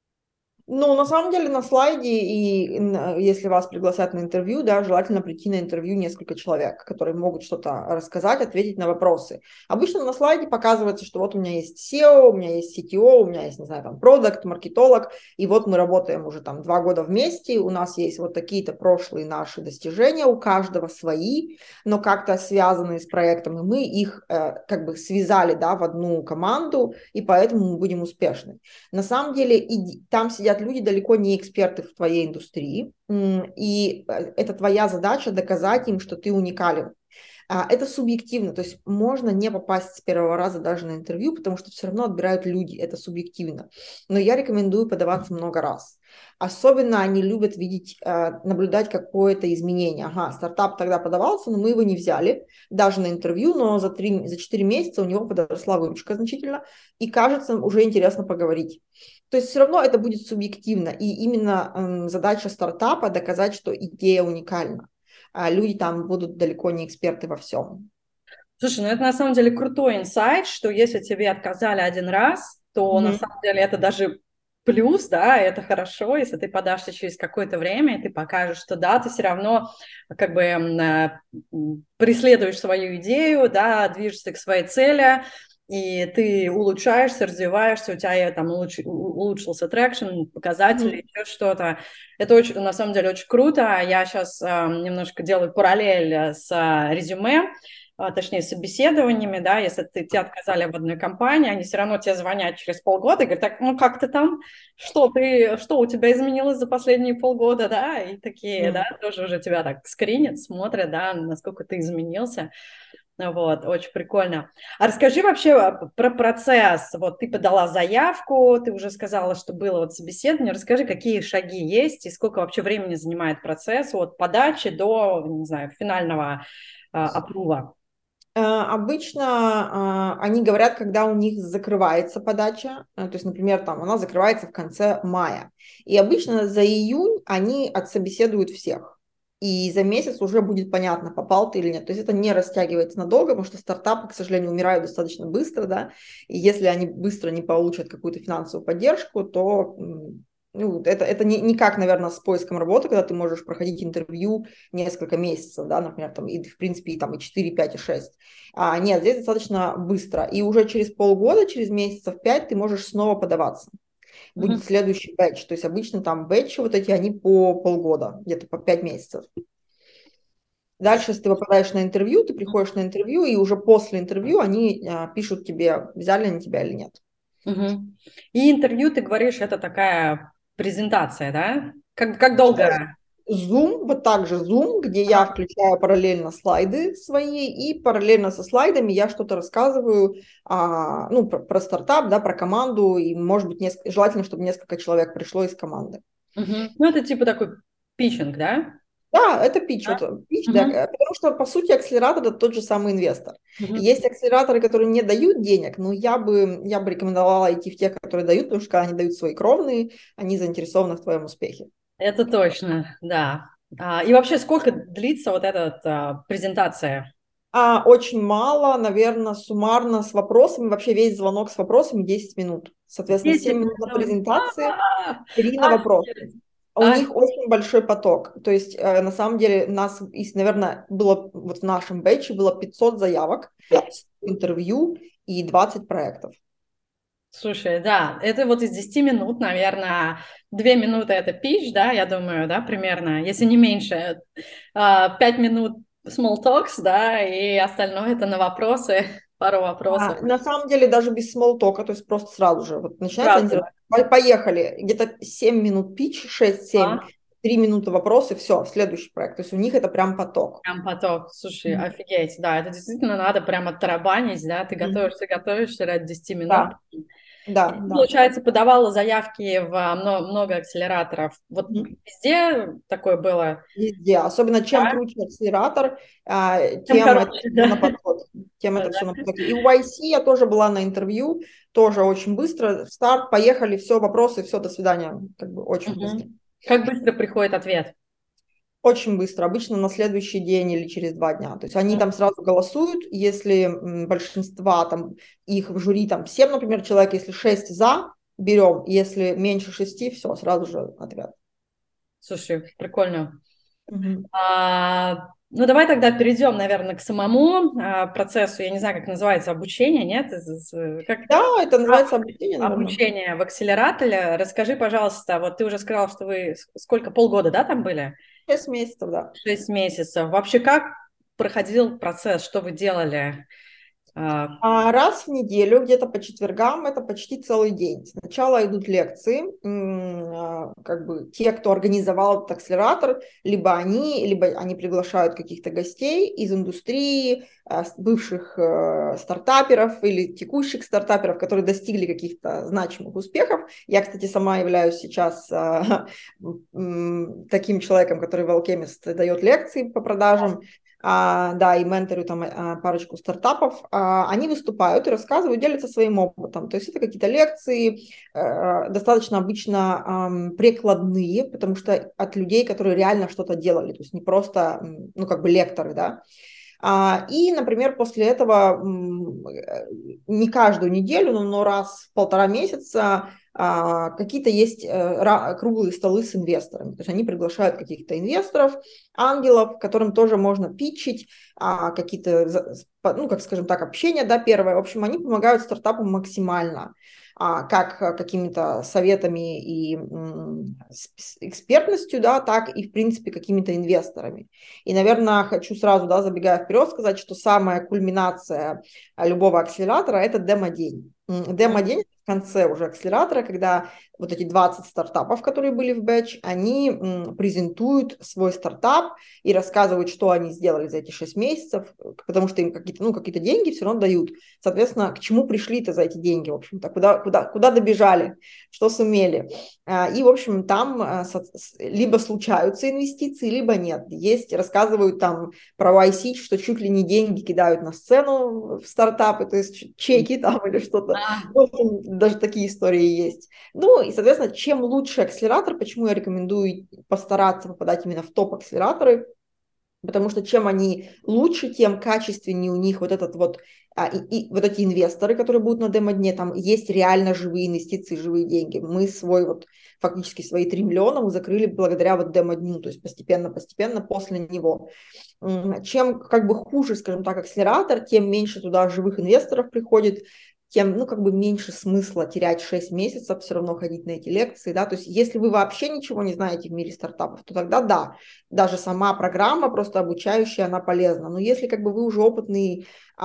Ну, на самом деле на слайде, и если вас пригласят на интервью, да, желательно прийти на интервью несколько человек, которые могут что-то рассказать, ответить на вопросы. Обычно на слайде показывается, что вот у меня есть SEO, у меня есть CTO, у меня есть, не знаю, там, продакт, маркетолог, и вот мы работаем уже там 2 года вместе, у нас есть вот такие-то прошлые наши достижения, у каждого свои, но как-то связанные с проектом, и мы их как бы связали, да, в одну команду, и поэтому мы будем успешны. На самом деле там сидят люди далеко не эксперты в твоей индустрии, и это твоя задача доказать им, что ты уникален. Это субъективно, то есть можно не попасть с первого раза даже на интервью, потому что все равно отбирают люди, это субъективно. Но я рекомендую подаваться много раз. Особенно они любят видеть, наблюдать какое-то изменение. Ага, стартап тогда подавался, но мы его не взяли, даже на интервью, но за 4 месяца у него подросла выручка значительно, и кажется, уже интересно поговорить. То есть все равно это будет субъективно, и именно задача стартапа доказать, что идея уникальна. А люди там будут далеко не эксперты во всем. Слушай, ну это на самом деле крутой инсайт, что если тебе отказали один раз, то на самом деле это даже плюс, да, это хорошо, если ты подашься через какое-то время, и ты покажешь, что да, ты все равно как бы преследуешь свою идею, да, движешься к своей цели, и ты улучшаешься, развиваешься, у тебя там улучшился трекшн, показатели, еще что-то. Это очень, на самом деле очень круто. Я сейчас немножко делаю параллель с резюме, точнее, собеседованиями, да, если тебе отказали в одной компании, они все равно тебе звонят через полгода и говорят, так, ну как ты там, что у тебя изменилось за последние полгода, да, и такие, да, тоже уже тебя так скринят, смотрят, да, насколько ты изменился. Вот, очень прикольно. А расскажи вообще про процесс. Вот ты подала заявку, ты уже сказала, что было вот собеседование. Расскажи, какие шаги есть и сколько вообще времени занимает процесс от подачи до, не знаю, финального апрува. Обычно они говорят, когда у них закрывается подача, то есть, например, там она закрывается в конце мая. И обычно за июнь они отсобеседуют всех. И за месяц уже будет понятно, попал ты или нет. То есть это не растягивается надолго, потому что стартапы, к сожалению, умирают достаточно быстро, да. И если они быстро не получат какую-то финансовую поддержку, то ну, это никак, наверное, с поиском работы, когда ты можешь проходить интервью несколько месяцев, да, например, там, и, в принципе, там, и 4, 5, и 6. Нет, здесь достаточно быстро. И уже через полгода, через месяцев 5 ты можешь снова подаваться. Будет следующий бэч. То есть обычно там бэчи вот эти, они по полгода, где-то по 5 месяцев. Дальше, если ты попадаешь на интервью, ты приходишь на интервью, и уже после интервью они пишут тебе, взяли они тебя или нет. И интервью, ты говоришь, это такая презентация, да? Как долго? Zoom, вот так же Zoom, где я включаю параллельно слайды свои, и параллельно со слайдами я что-то рассказываю, ну, про стартап, да, про команду, и, может быть, желательно, чтобы несколько человек пришло из команды. Ну, это типа такой питчинг, да? Да, это питч. Да? Вот, питч, да, потому что, по сути, акселератор – это тот же самый инвестор. Есть акселераторы, которые не дают денег, но я бы рекомендовала идти в тех, которые дают, потому что когда они дают свои кровные, они заинтересованы в твоем успехе. Это точно, да. И вообще, сколько длится вот эта презентация? Очень мало, наверное, суммарно с вопросами. Вообще весь звонок с вопросами 10 минут. Соответственно, 10 7 минут на минут. презентации, 3 на вопрос. У них очень большой поток. То есть, на самом деле, нас, наверное, было вот в нашем бэче было 500 заявок, интервью и 20 проектов. Слушай, да, это вот из 10 минут, наверное, 2 минуты это пич, да, я думаю, да, примерно, если не меньше, 5 минут small talks, да, и остальное это на вопросы, пару вопросов. На самом деле, даже без смолтока, то есть просто сразу же, вот начинается Сразу. интервью, поехали, где-то 7 минут пич, 6-7, 3 минуты вопросы, все, следующий проект. То есть у них это прям поток. Прям поток. Слушай, офигеть, да, это действительно надо прямо тарабанить, да, ты готовишься ради 10 минут. Да, И ты, да. получается, подавала заявки в много акселераторов. Вот везде такое было? Везде. Особенно чем круче акселератор, тем это Короче, все на да. потоке. Тем это все на потоке. И у YC я тоже была на интервью, тоже очень быстро. Старт, поехали, все, вопросы, все, до свидания. Как бы очень быстро. Как быстро приходит ответ? Очень быстро, обычно на следующий день или через 2 дня. То есть они там сразу голосуют, если большинства там их в жюри там 7, например, человек, если 6 за, берем, если меньше 6, все, сразу же ответ. Слушай, прикольно. Ну, давай тогда перейдем, наверное, к самому процессу. Я не знаю, как называется, обучение, нет? Да, это называется обучение, наверное. Обучение в акселераторе. Расскажи, пожалуйста, вот ты уже сказала, что вы сколько, полгода, да, там были? 6 месяцев, да. 6 месяцев. Вообще, как проходил процесс, что вы делали? Раз в неделю, где-то по четвергам, это почти целый день. Сначала идут лекции, как бы те, кто организовал этот акселератор, либо они приглашают каких-то гостей из индустрии, бывших стартаперов или текущих стартаперов, которые достигли каких-то значимых успехов. Я, кстати, сама являюсь сейчас таким человеком, который в Alchemist дает лекции по продажам. Да, и менторю там парочку стартапов, они выступают и рассказывают, делятся своим опытом. То есть это какие-то лекции, достаточно обычно прикладные, потому что от людей, которые реально что-то делали, то есть не просто, ну, как бы лекторы, да. И, например, после этого не каждую неделю, но раз в 1,5 месяца какие-то есть круглые столы с инвесторами. То есть они приглашают каких-то инвесторов, ангелов, которым тоже можно питчить, какие-то, ну, как скажем так, общения, да, первое. В общем, они помогают стартапам максимально, как какими-то советами и экспертностью, да, так и, в принципе, какими-то инвесторами. И, наверное, хочу сразу, да, забегая вперед, сказать, что самая кульминация любого акселератора – это демо-день. Демо-день в конце уже акселератора, когда вот эти 20 стартапов, которые были в бэч, они презентуют свой стартап и рассказывают, что они сделали за эти 6 месяцев, потому что им какие-то, ну, какие-то деньги все равно дают. Соответственно, к чему пришли-то за эти деньги, в общем-то, куда добежали, что сумели. И, в общем, там либо случаются инвестиции, либо нет. Есть, рассказывают там про YC, что чуть ли не деньги кидают на сцену в стартапы, то есть чеки там или что-то. В общем, даже такие истории есть. Ну, и, соответственно, чем лучше акселератор, почему я рекомендую постараться попадать именно в топ-акселераторы, потому что чем они лучше, тем качественнее у них вот этот вот, вот эти инвесторы, которые будут на демо-дне, там есть реально живые инвестиции, живые деньги. Мы фактически свои 3 миллиона мы закрыли благодаря вот демо-дню, то есть постепенно после него. Чем как бы хуже, скажем так, акселератор, тем меньше туда живых инвесторов приходит, тем, ну, как бы меньше смысла терять 6 месяцев, все равно ходить на эти лекции, да, то есть если вы вообще ничего не знаете в мире стартапов, то тогда да, даже сама программа просто обучающая, она полезна, но если как бы вы уже опытный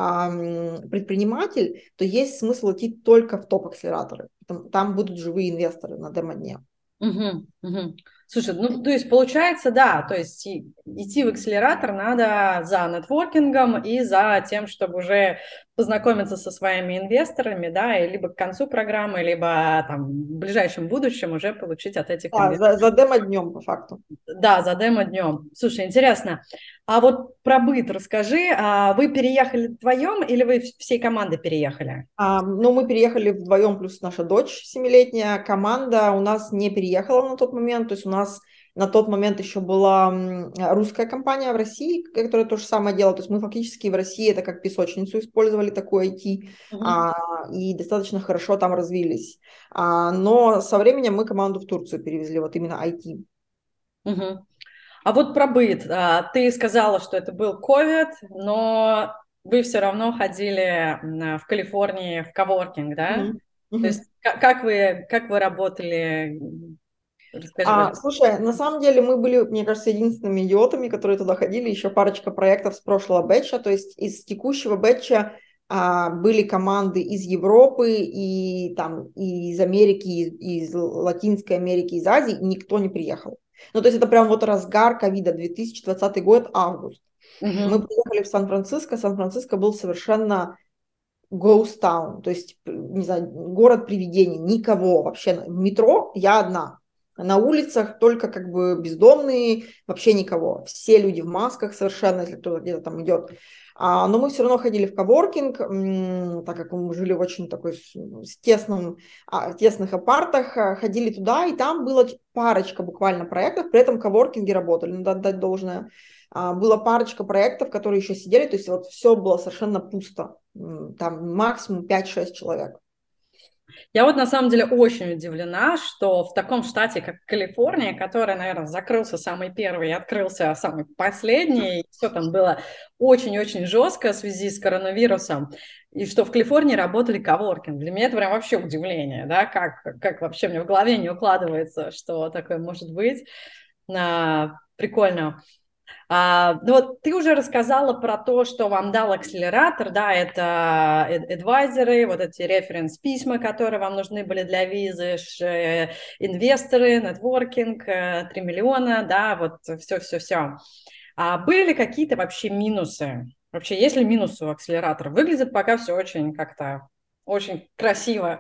предприниматель, то есть смысл идти только в топ-акселераторы, там будут живые инвесторы на демо-дне. Угу, угу. Слушай, ну, то есть получается, да, то есть идти в акселератор надо за нетворкингом и за тем, чтобы уже познакомиться со своими инвесторами, да, и либо к концу программы, либо там в ближайшем будущем уже получить от этих Да, инвесторов. за демо-днем по факту. Да, за демо-днем. Слушай, интересно. А вот про быт расскажи. Вы переехали вдвоем или вы всей командой переехали? Ну, мы переехали вдвоем, плюс наша дочь 7-летняя. Команда у нас не переехала на тот момент, то есть у нас на тот момент еще была русская компания в России, которая то же самое делала. То есть мы фактически в России это как песочницу использовали, такой IT, и достаточно хорошо там развились. Но со временем мы команду в Турцию перевезли, вот именно IT. Угу. А вот про быт. Ты сказала, что это был ковид, но вы все равно ходили в Калифорнии в коворкинг, да? То есть как вы работали? Расскажи, пожалуйста. Слушай, на самом деле мы были, мне кажется, единственными идиотами, которые туда ходили. Еще парочка проектов с прошлого бэтча. То есть из текущего бэтча были команды из Европы и там и из Америки, из Латинской Америки, из Азии. И никто не приехал. Ну, то есть это прям вот разгар ковида, 2020 год, август. Мы приехали в Сан-Франциско. Сан-Франциско был совершенно ghost town, то есть, не знаю, город привидений, никого вообще. В метро я одна. На улицах только как бы бездомные, вообще никого. Все люди в масках совершенно, если кто-то где-то там идет. Но мы все равно ходили в коворкинг, так как мы жили в очень такой тесных апартах, ходили туда, и там была парочка буквально проектов, при этом коворкинги работали, надо отдать должное. Была парочка проектов, которые еще сидели, то есть вот все было совершенно пусто. Там максимум 5-6 человек. Я вот на самом деле очень удивлена, что в таком штате, как Калифорния, который, наверное, закрылся самый первый и открылся самый последний, и все там было очень-очень жестко в связи с коронавирусом, и что в Калифорнии работали коворкинг. Для меня это прям вообще удивление, да, как вообще мне в голове не укладывается, что такое может быть. Прикольно. Ну вот ты уже рассказала про то, что вам дал акселератор, да, это адвайзеры, вот эти референс-письма, которые вам нужны были для визы, инвесторы, нетворкинг, 3 миллиона, да, вот все-все-все. А были ли какие-то вообще минусы? Вообще, есть ли минусы у акселератора? Выглядит пока все очень как-то очень красиво.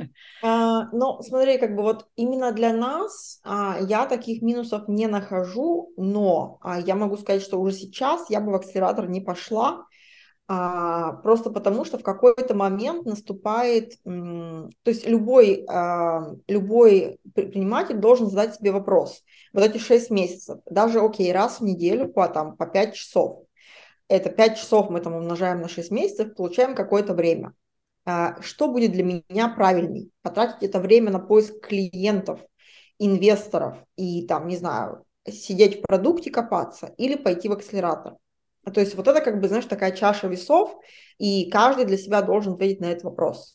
Ну, смотри, как бы вот именно для нас я таких минусов не нахожу, но я могу сказать, что уже сейчас я бы в акселератор не пошла, просто потому что в какой-то момент наступает, то есть любой предприниматель должен задать себе вопрос. Вот эти 6 месяцев, даже, окей, раз в неделю по 5 часов, это 5 часов мы там умножаем на 6 месяцев, получаем какое-то время. Что будет для меня правильней? Потратить это время на поиск клиентов, инвесторов и там, не знаю, сидеть в продукте, копаться или пойти в акселератор. То есть вот это как бы, знаешь, такая чаша весов, и каждый для себя должен ответить на этот вопрос.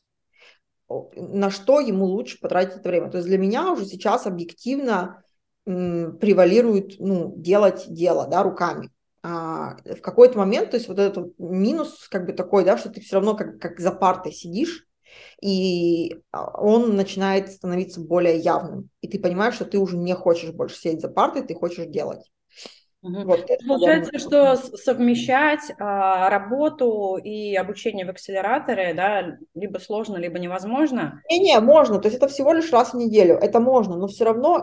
На что ему лучше потратить это время. То есть для меня уже сейчас объективно превалирует, делать дело, да, руками. В какой-то момент, то есть вот этот минус как бы такой, да, что ты все равно как за партой сидишь, и он начинает становиться более явным. И ты понимаешь, что ты уже не хочешь больше сидеть за партой, ты хочешь делать. Мгм. Вот это, наверное. Получается, что совмещать работу и обучение в акселераторе, да, либо сложно, либо невозможно. Не, можно, то есть это всего лишь раз в неделю, это можно, но все равно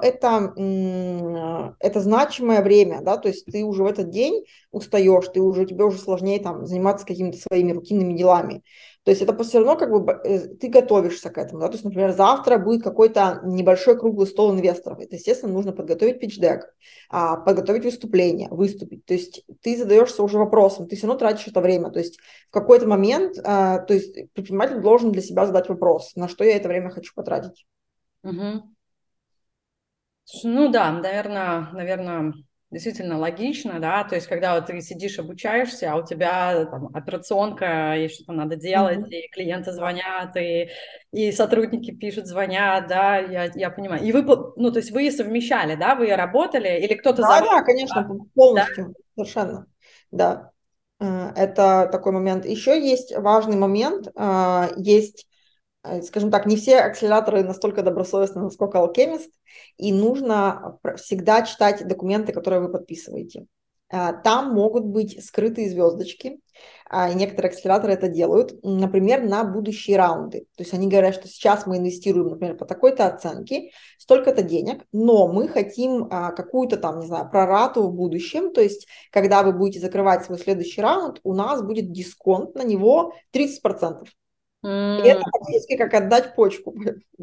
это значимое время, да, то есть ты уже в этот день устаешь, тебе уже сложнее там заниматься какими-то своими рутинными делами. То есть это все равно как бы ты готовишься к этому, да, то есть, например, завтра будет какой-то небольшой круглый стол инвесторов, это, естественно, нужно подготовить питч-дек, подготовить выступление, выступить, то есть ты задаешься уже вопросом, ты все равно тратишь это время, то есть в какой-то момент, то есть предприниматель должен для себя задать вопрос, на что я это время хочу потратить. Мгм. Слушай, ну да, наверное, действительно логично, да, то есть когда вот ты сидишь, обучаешься, а у тебя там операционка, и что-то надо делать, Мгм. и клиенты Да. звонят, и сотрудники пишут, звонят, да, я понимаю. И вы, ну, то есть вы совмещали, да, вы работали, или кто-то за Да, вас, да, конечно, да? полностью, совершенно, да. Это такой момент. Еще есть важный момент, есть, скажем так, не все акселераторы настолько добросовестны, насколько Alchemist, и нужно всегда читать документы, которые вы подписываете. Там могут быть скрытые звездочки, и некоторые акселераторы это делают, например, на будущие раунды. То есть они говорят, что сейчас мы инвестируем, например, по такой-то оценке, столько-то денег, но мы хотим какую-то там, не знаю, прорату в будущем, то есть когда вы будете закрывать свой следующий раунд, у нас будет дисконт на него 30%. И это фактически как отдать почку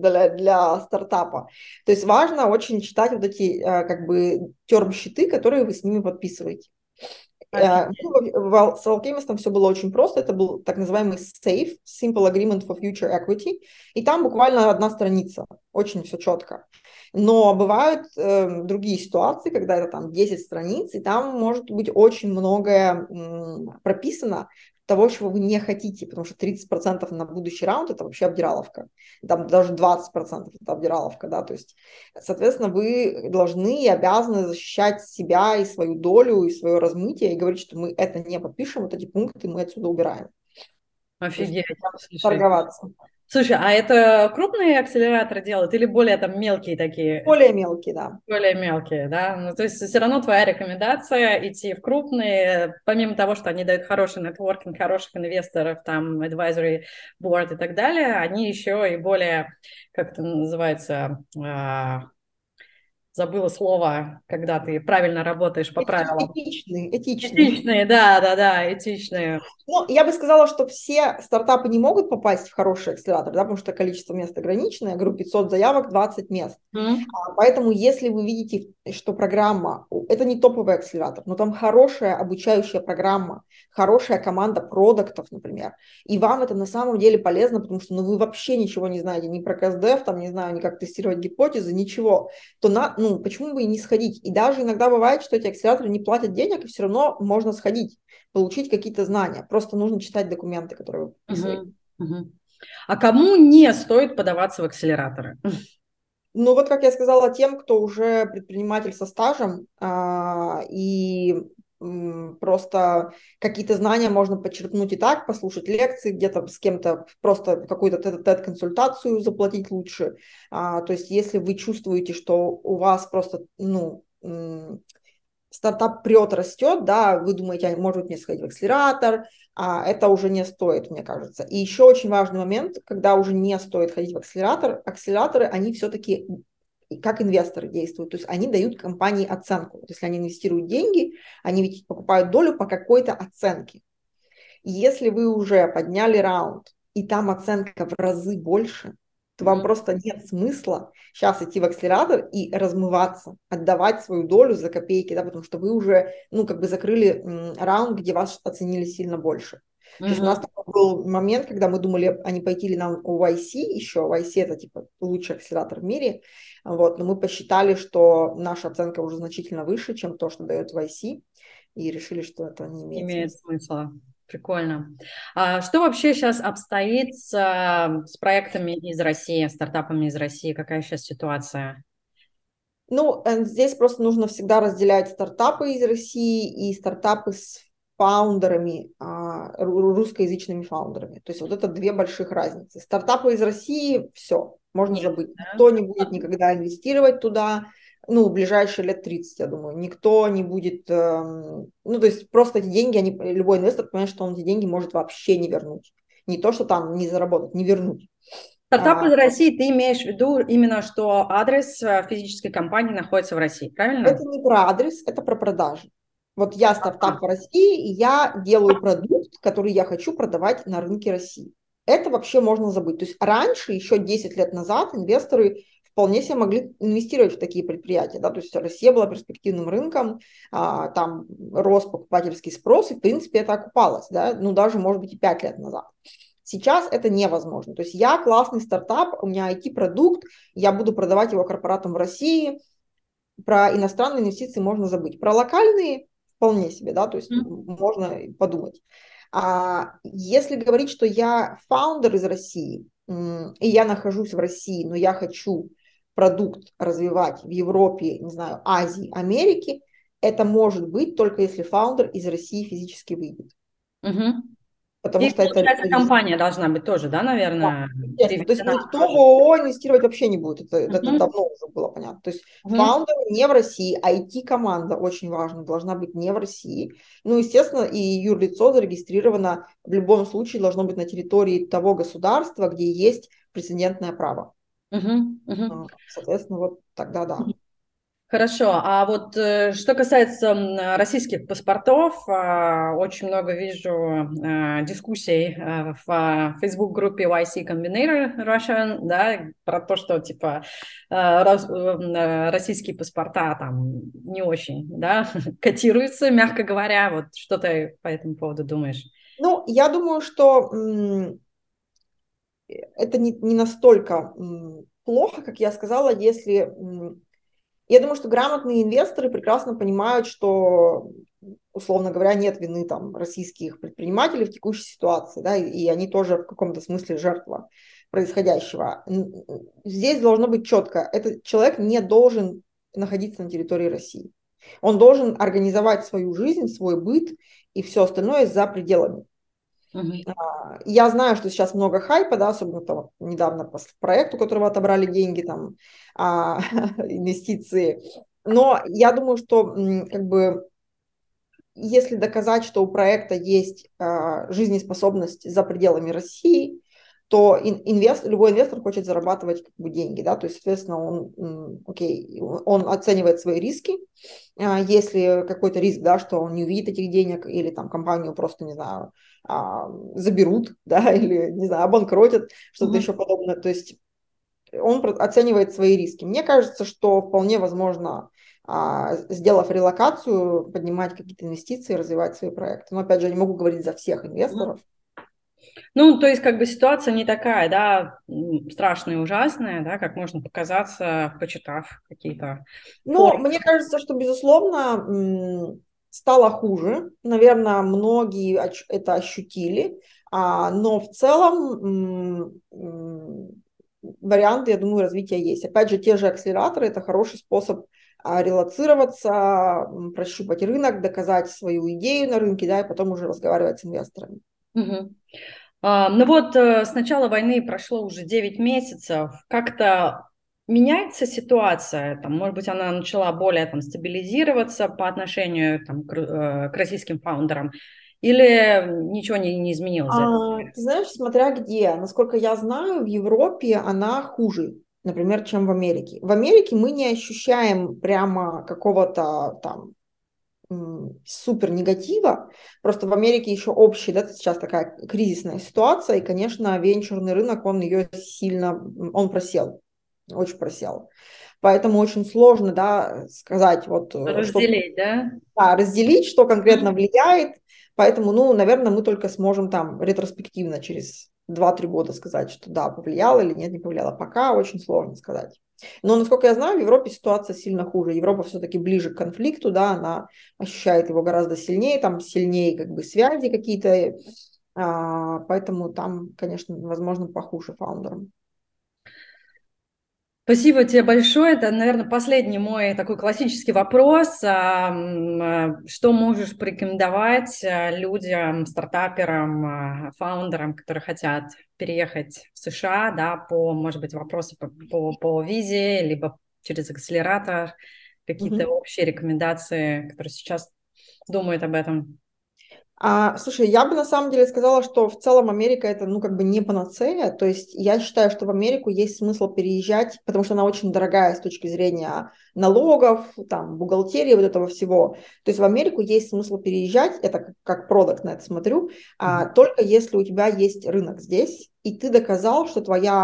для стартапа. То есть важно очень читать вот эти как бы терм-щиты, которые вы с ними подписываете. Офигеть. С Alchemist все было очень просто. Это был так называемый SAFE, Simple Agreement for Future Equity. И там буквально одна страница. Очень все четко. Но бывают другие ситуации, когда это там 10 страниц, и там может быть очень многое прописано того, чего вы не хотите, потому что 30% на будущий раунд – это вообще обдираловка. Там даже 20% – это обдираловка, да, то есть, соответственно, вы должны и обязаны защищать себя и свою долю, и свое размытие, и говорить, что мы это не подпишем, вот эти пункты мы отсюда убираем. То есть Офигеть, слушай. торговаться. Слушай, а это крупные акселераторы делают или более там мелкие такие? Более мелкие, да. Более мелкие, да? Ну, то есть все равно твоя рекомендация идти в крупные, помимо того, что они дают хороший нетворкинг, хороших инвесторов, там, advisory board и так далее, они еще и более, как это называется, забыла слово, когда ты правильно работаешь по правилам. Этичные, этичные. Этичные, да, да, да, этичные. Ну, я бы сказала, что все стартапы не могут попасть в хороший акселератор, да, потому что количество мест ограничено. Я говорю, 500 заявок, 20 мест. Поэтому, если вы видите, что программа, это не топовый акселератор, но там хорошая обучающая программа, хорошая команда продуктов, например, и вам это на самом деле полезно, потому что вы вообще ничего не знаете ни про КСДФ, там, не знаю, ни как тестировать гипотезы, ничего, то почему бы и не сходить? И даже иногда бывает, что эти акселераторы не платят денег, и все равно можно сходить, получить какие-то знания. Просто нужно читать документы, которые вы подписываете. Мгм. Мгм. А кому не стоит подаваться в акселераторы? Ну вот, как я сказала, тем, кто уже предприниматель со стажем, и просто какие-то знания можно подчеркнуть и так, послушать лекции, где-то с кем-то просто какую-то тет-консультацию заплатить лучше. То есть если вы чувствуете, что у вас просто, ну, стартап прет, растет, да, вы думаете, может быть, мне сходить в акселератор, это уже не стоит, мне кажется. И еще очень важный момент, когда уже не стоит ходить в акселератор, акселераторы, они все-таки как инвесторы действуют, то есть они дают компании оценку. Если они инвестируют деньги, они ведь покупают долю по какой-то оценке. И если вы уже подняли раунд, и там оценка в разы больше, то вам просто нет смысла сейчас идти в акселератор и размываться, отдавать свою долю за копейки, да, потому что вы уже, ну, как бы закрыли раунд, где вас оценили сильно больше. То есть у нас такой был момент, когда мы думали, а не пойти ли нам у YC еще. YC это типа лучший акселератор в мире. Вот, но мы посчитали, что наша оценка уже значительно выше, чем то, что дает YC, и решили, что это не имеет Имеет смысла. смысл. Прикольно. А что вообще сейчас обстоит с проектами из России, стартапами из России? Какая сейчас ситуация? Ну, здесь просто нужно всегда разделять стартапы из России и стартапы с фаундерами, русскоязычными фаундерами. То есть вот это две больших разницы. Стартапы из России, все, можно Нет, забыть. да? Никто не будет никогда инвестировать туда, ну, в ближайшие лет 30, я думаю. Никто не будет, ну, то есть просто эти деньги, любой инвестор понимает, что он эти деньги может вообще не вернуть. Не то, что там не заработать, не вернуть. Стартап А, из России, ты имеешь в виду именно, что адрес физической компании находится в России, правильно? Это не про адрес, это про продажи. Вот я Ага. стартап в России, и я делаю продукт, который я хочу продавать на рынке России. Это вообще можно забыть. То есть раньше, еще 10 лет назад, инвесторы вполне себе могли инвестировать в такие предприятия. Да? То есть Россия была перспективным рынком, там рос покупательский спрос, и в принципе это окупалось. Да? Ну даже, может быть, и 5 лет назад. Сейчас это невозможно. То есть я классный стартап, у меня IT-продукт, я буду продавать его корпоратам в России, про иностранные инвестиции можно забыть. Про локальные вполне себе, да, то есть можно подумать. Если говорить, что я фаундер из России, и я нахожусь в России, но я хочу продукт развивать в Европе, не знаю, Азии, Америке, это может быть только если фаундер из России физически выйдет. Мгм. Потому И, что это получается, риск. компания должна быть тоже, да, Да, наверное, естественно. То есть переведена никто в тоже. ООО инвестировать вообще не будет. Это Мгм. давно уже было понятно. То есть Мгм. фаундер не в России, IT-команда очень важна, должна быть не в России. Ну, естественно, и юрлицо зарегистрировано в любом случае должно быть на территории того государства, где есть прецедентное право. Мгм. Мгм. Соответственно, вот тогда да. Хорошо, а вот что касается российских паспортов, очень много вижу дискуссий в Facebook-группе YC Combinator Russian, да, про то, что типа российские паспорта там не очень, да, котируются, мягко говоря. Вот что ты по этому поводу думаешь? Ну, я думаю, что это не настолько плохо, как я сказала, если я думаю, что грамотные инвесторы прекрасно понимают, что, условно говоря, нет вины там российских предпринимателей в текущей ситуации, да, и они тоже в каком-то смысле жертва происходящего. Здесь должно быть четко, этот человек не должен находиться на территории России. Он должен организовать свою жизнь, свой быт и все остальное за пределами. Мгм. Я знаю, что сейчас много хайпа, да, особенно там вот недавно по проекту, у которого отобрали деньги, там, инвестиции. Но я думаю, что как бы если доказать, что у проекта есть жизнеспособность за пределами России, то любой инвестор хочет зарабатывать как бы деньги, да, то есть, соответственно, окей, он оценивает свои риски, если какой-то риск, да, что он не увидит этих денег или там компанию просто, не знаю, заберут, да, или, не знаю, обанкротят, что-то Мгм. еще подобное, то есть он оценивает свои риски. Мне кажется, что вполне возможно, сделав релокацию, поднимать какие-то инвестиции, развивать свои проекты. Но опять же, я не могу говорить за всех инвесторов. Ну, то есть, как бы ситуация не такая, да, страшная и ужасная, да, как можно показаться, почитав какие-то Но форумы. мне кажется, что, безусловно, стало хуже. Наверное, многие это ощутили. Но в целом варианты, я думаю, развития есть. Опять же, те же акселераторы – это хороший способ релацироваться, прощупать рынок, доказать свою идею на рынке, да, и потом уже разговаривать с инвесторами. Мгм. Ну вот с начала войны прошло уже 9 месяцев. Как-то меняется ситуация? Там, может быть, она начала более там, стабилизироваться по отношению там, к российским фаундерам? Или ничего не изменилось за это? Ты знаешь, смотря где, насколько я знаю, в Европе она хуже, например, чем в Америке. В Америке мы не ощущаем прямо какого-то там супер негатива. Просто в Америке еще общий, да, сейчас такая кризисная ситуация, и, конечно, венчурный рынок, он ее сильно, он просел, очень просел. Поэтому очень сложно, да, сказать, вот, что, Разделить, да? да, разделить, что конкретно влияет. Поэтому, ну, наверное, мы только сможем там ретроспективно через 2-3 года сказать, что да, повлияло или нет, не повлияло. Пока очень сложно сказать. Но, насколько я знаю, в Европе ситуация сильно хуже. Европа все-таки ближе к конфликту, да, она ощущает его гораздо сильнее, там сильнее как бы связи какие-то, поэтому там, конечно, возможно, похуже фаундерам. Спасибо тебе большое. Это, наверное, последний мой такой классический вопрос. Что можешь порекомендовать людям, стартаперам, фаундерам, которые хотят переехать в США, да, по, может быть, вопросу по визе, либо через акселератор, какие-то Мгм. общие рекомендации, которые сейчас думают об этом? Слушай, я бы на самом деле сказала, что в целом Америка это, ну, как бы не панацея. То есть я считаю, что в Америку есть смысл переезжать, потому что она очень дорогая с точки зрения налогов, там, бухгалтерии, вот этого всего. То есть в Америку есть смысл переезжать, это как продакт на это смотрю, только если у тебя есть рынок здесь, и ты доказал, что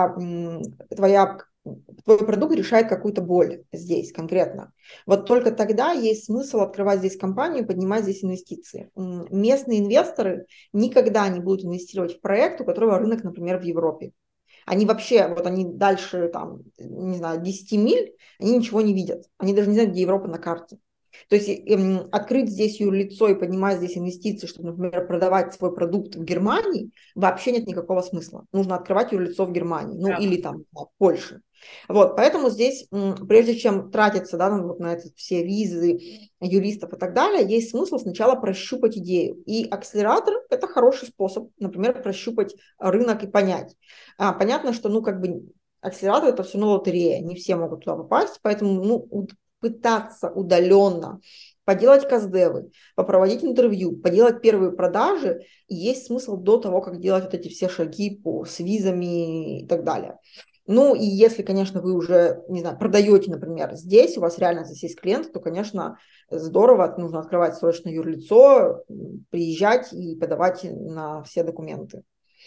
твой продукт решает какую-то боль здесь конкретно. Вот только тогда есть смысл открывать здесь компанию, поднимать здесь инвестиции. Местные инвесторы никогда не будут инвестировать в проект, у которого рынок, например, в Европе. Они вообще, вот они дальше, там, не знаю, 10 миль, они ничего не видят. Они даже не знают, где Европа на карте. То есть открыть здесь юрлицо и поднимать здесь инвестиции, чтобы, например, продавать свой продукт в Германии, вообще нет никакого смысла. Нужно открывать юрлицо в Германии, ну или там в Польше. Вот, поэтому здесь, прежде чем тратиться, да, вот на это все визы, юристов и так далее, есть смысл сначала прощупать идею. И акселератор – это хороший способ, например, прощупать рынок и понять. Понятно, что, ну, как бы акселератор – это все равно лотерея, не все могут туда попасть, поэтому, ну, пытаться удаленно поделать каздевы, попроводить интервью, поделать первые продажи, и есть смысл до того, как делать вот эти все шаги с визами и так далее. Ну, и если, конечно, вы уже, не знаю, продаете, например, здесь, у вас реально здесь есть клиент, то, конечно, здорово, нужно открывать срочно юрлицо, приезжать и подавать на все документы.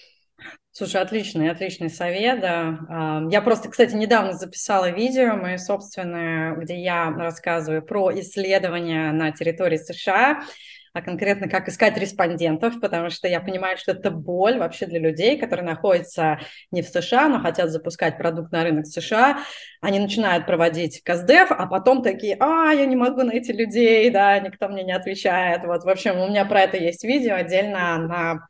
Слушай, отличный совет, да. Я просто, кстати, недавно записала видео мое собственное, где я рассказываю про исследования на территории США, а конкретно как искать респондентов, потому что я понимаю, что это боль вообще для людей, которые находятся не в США, но хотят запускать продукт на рынок США. Они начинают проводить каздев, а потом такие, я не могу найти людей, да, никто мне не отвечает. Вот, в общем, у меня про это есть видео отдельно на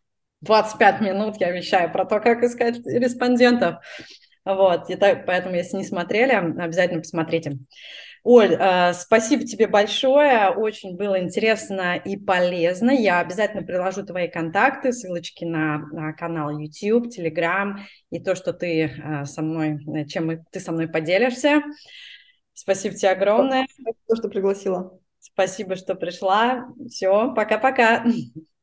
25 минут я вещаю про то, как искать респондентов. Вот, и так, поэтому, если не смотрели, обязательно посмотрите. Оль, спасибо тебе большое, очень было интересно и полезно. Я обязательно приложу твои контакты, ссылочки на канал YouTube, Telegram и то, что ты со мной, ты со мной поделишься. Спасибо тебе огромное. Спасибо, что пригласила. Спасибо, что пришла. Все, пока-пока.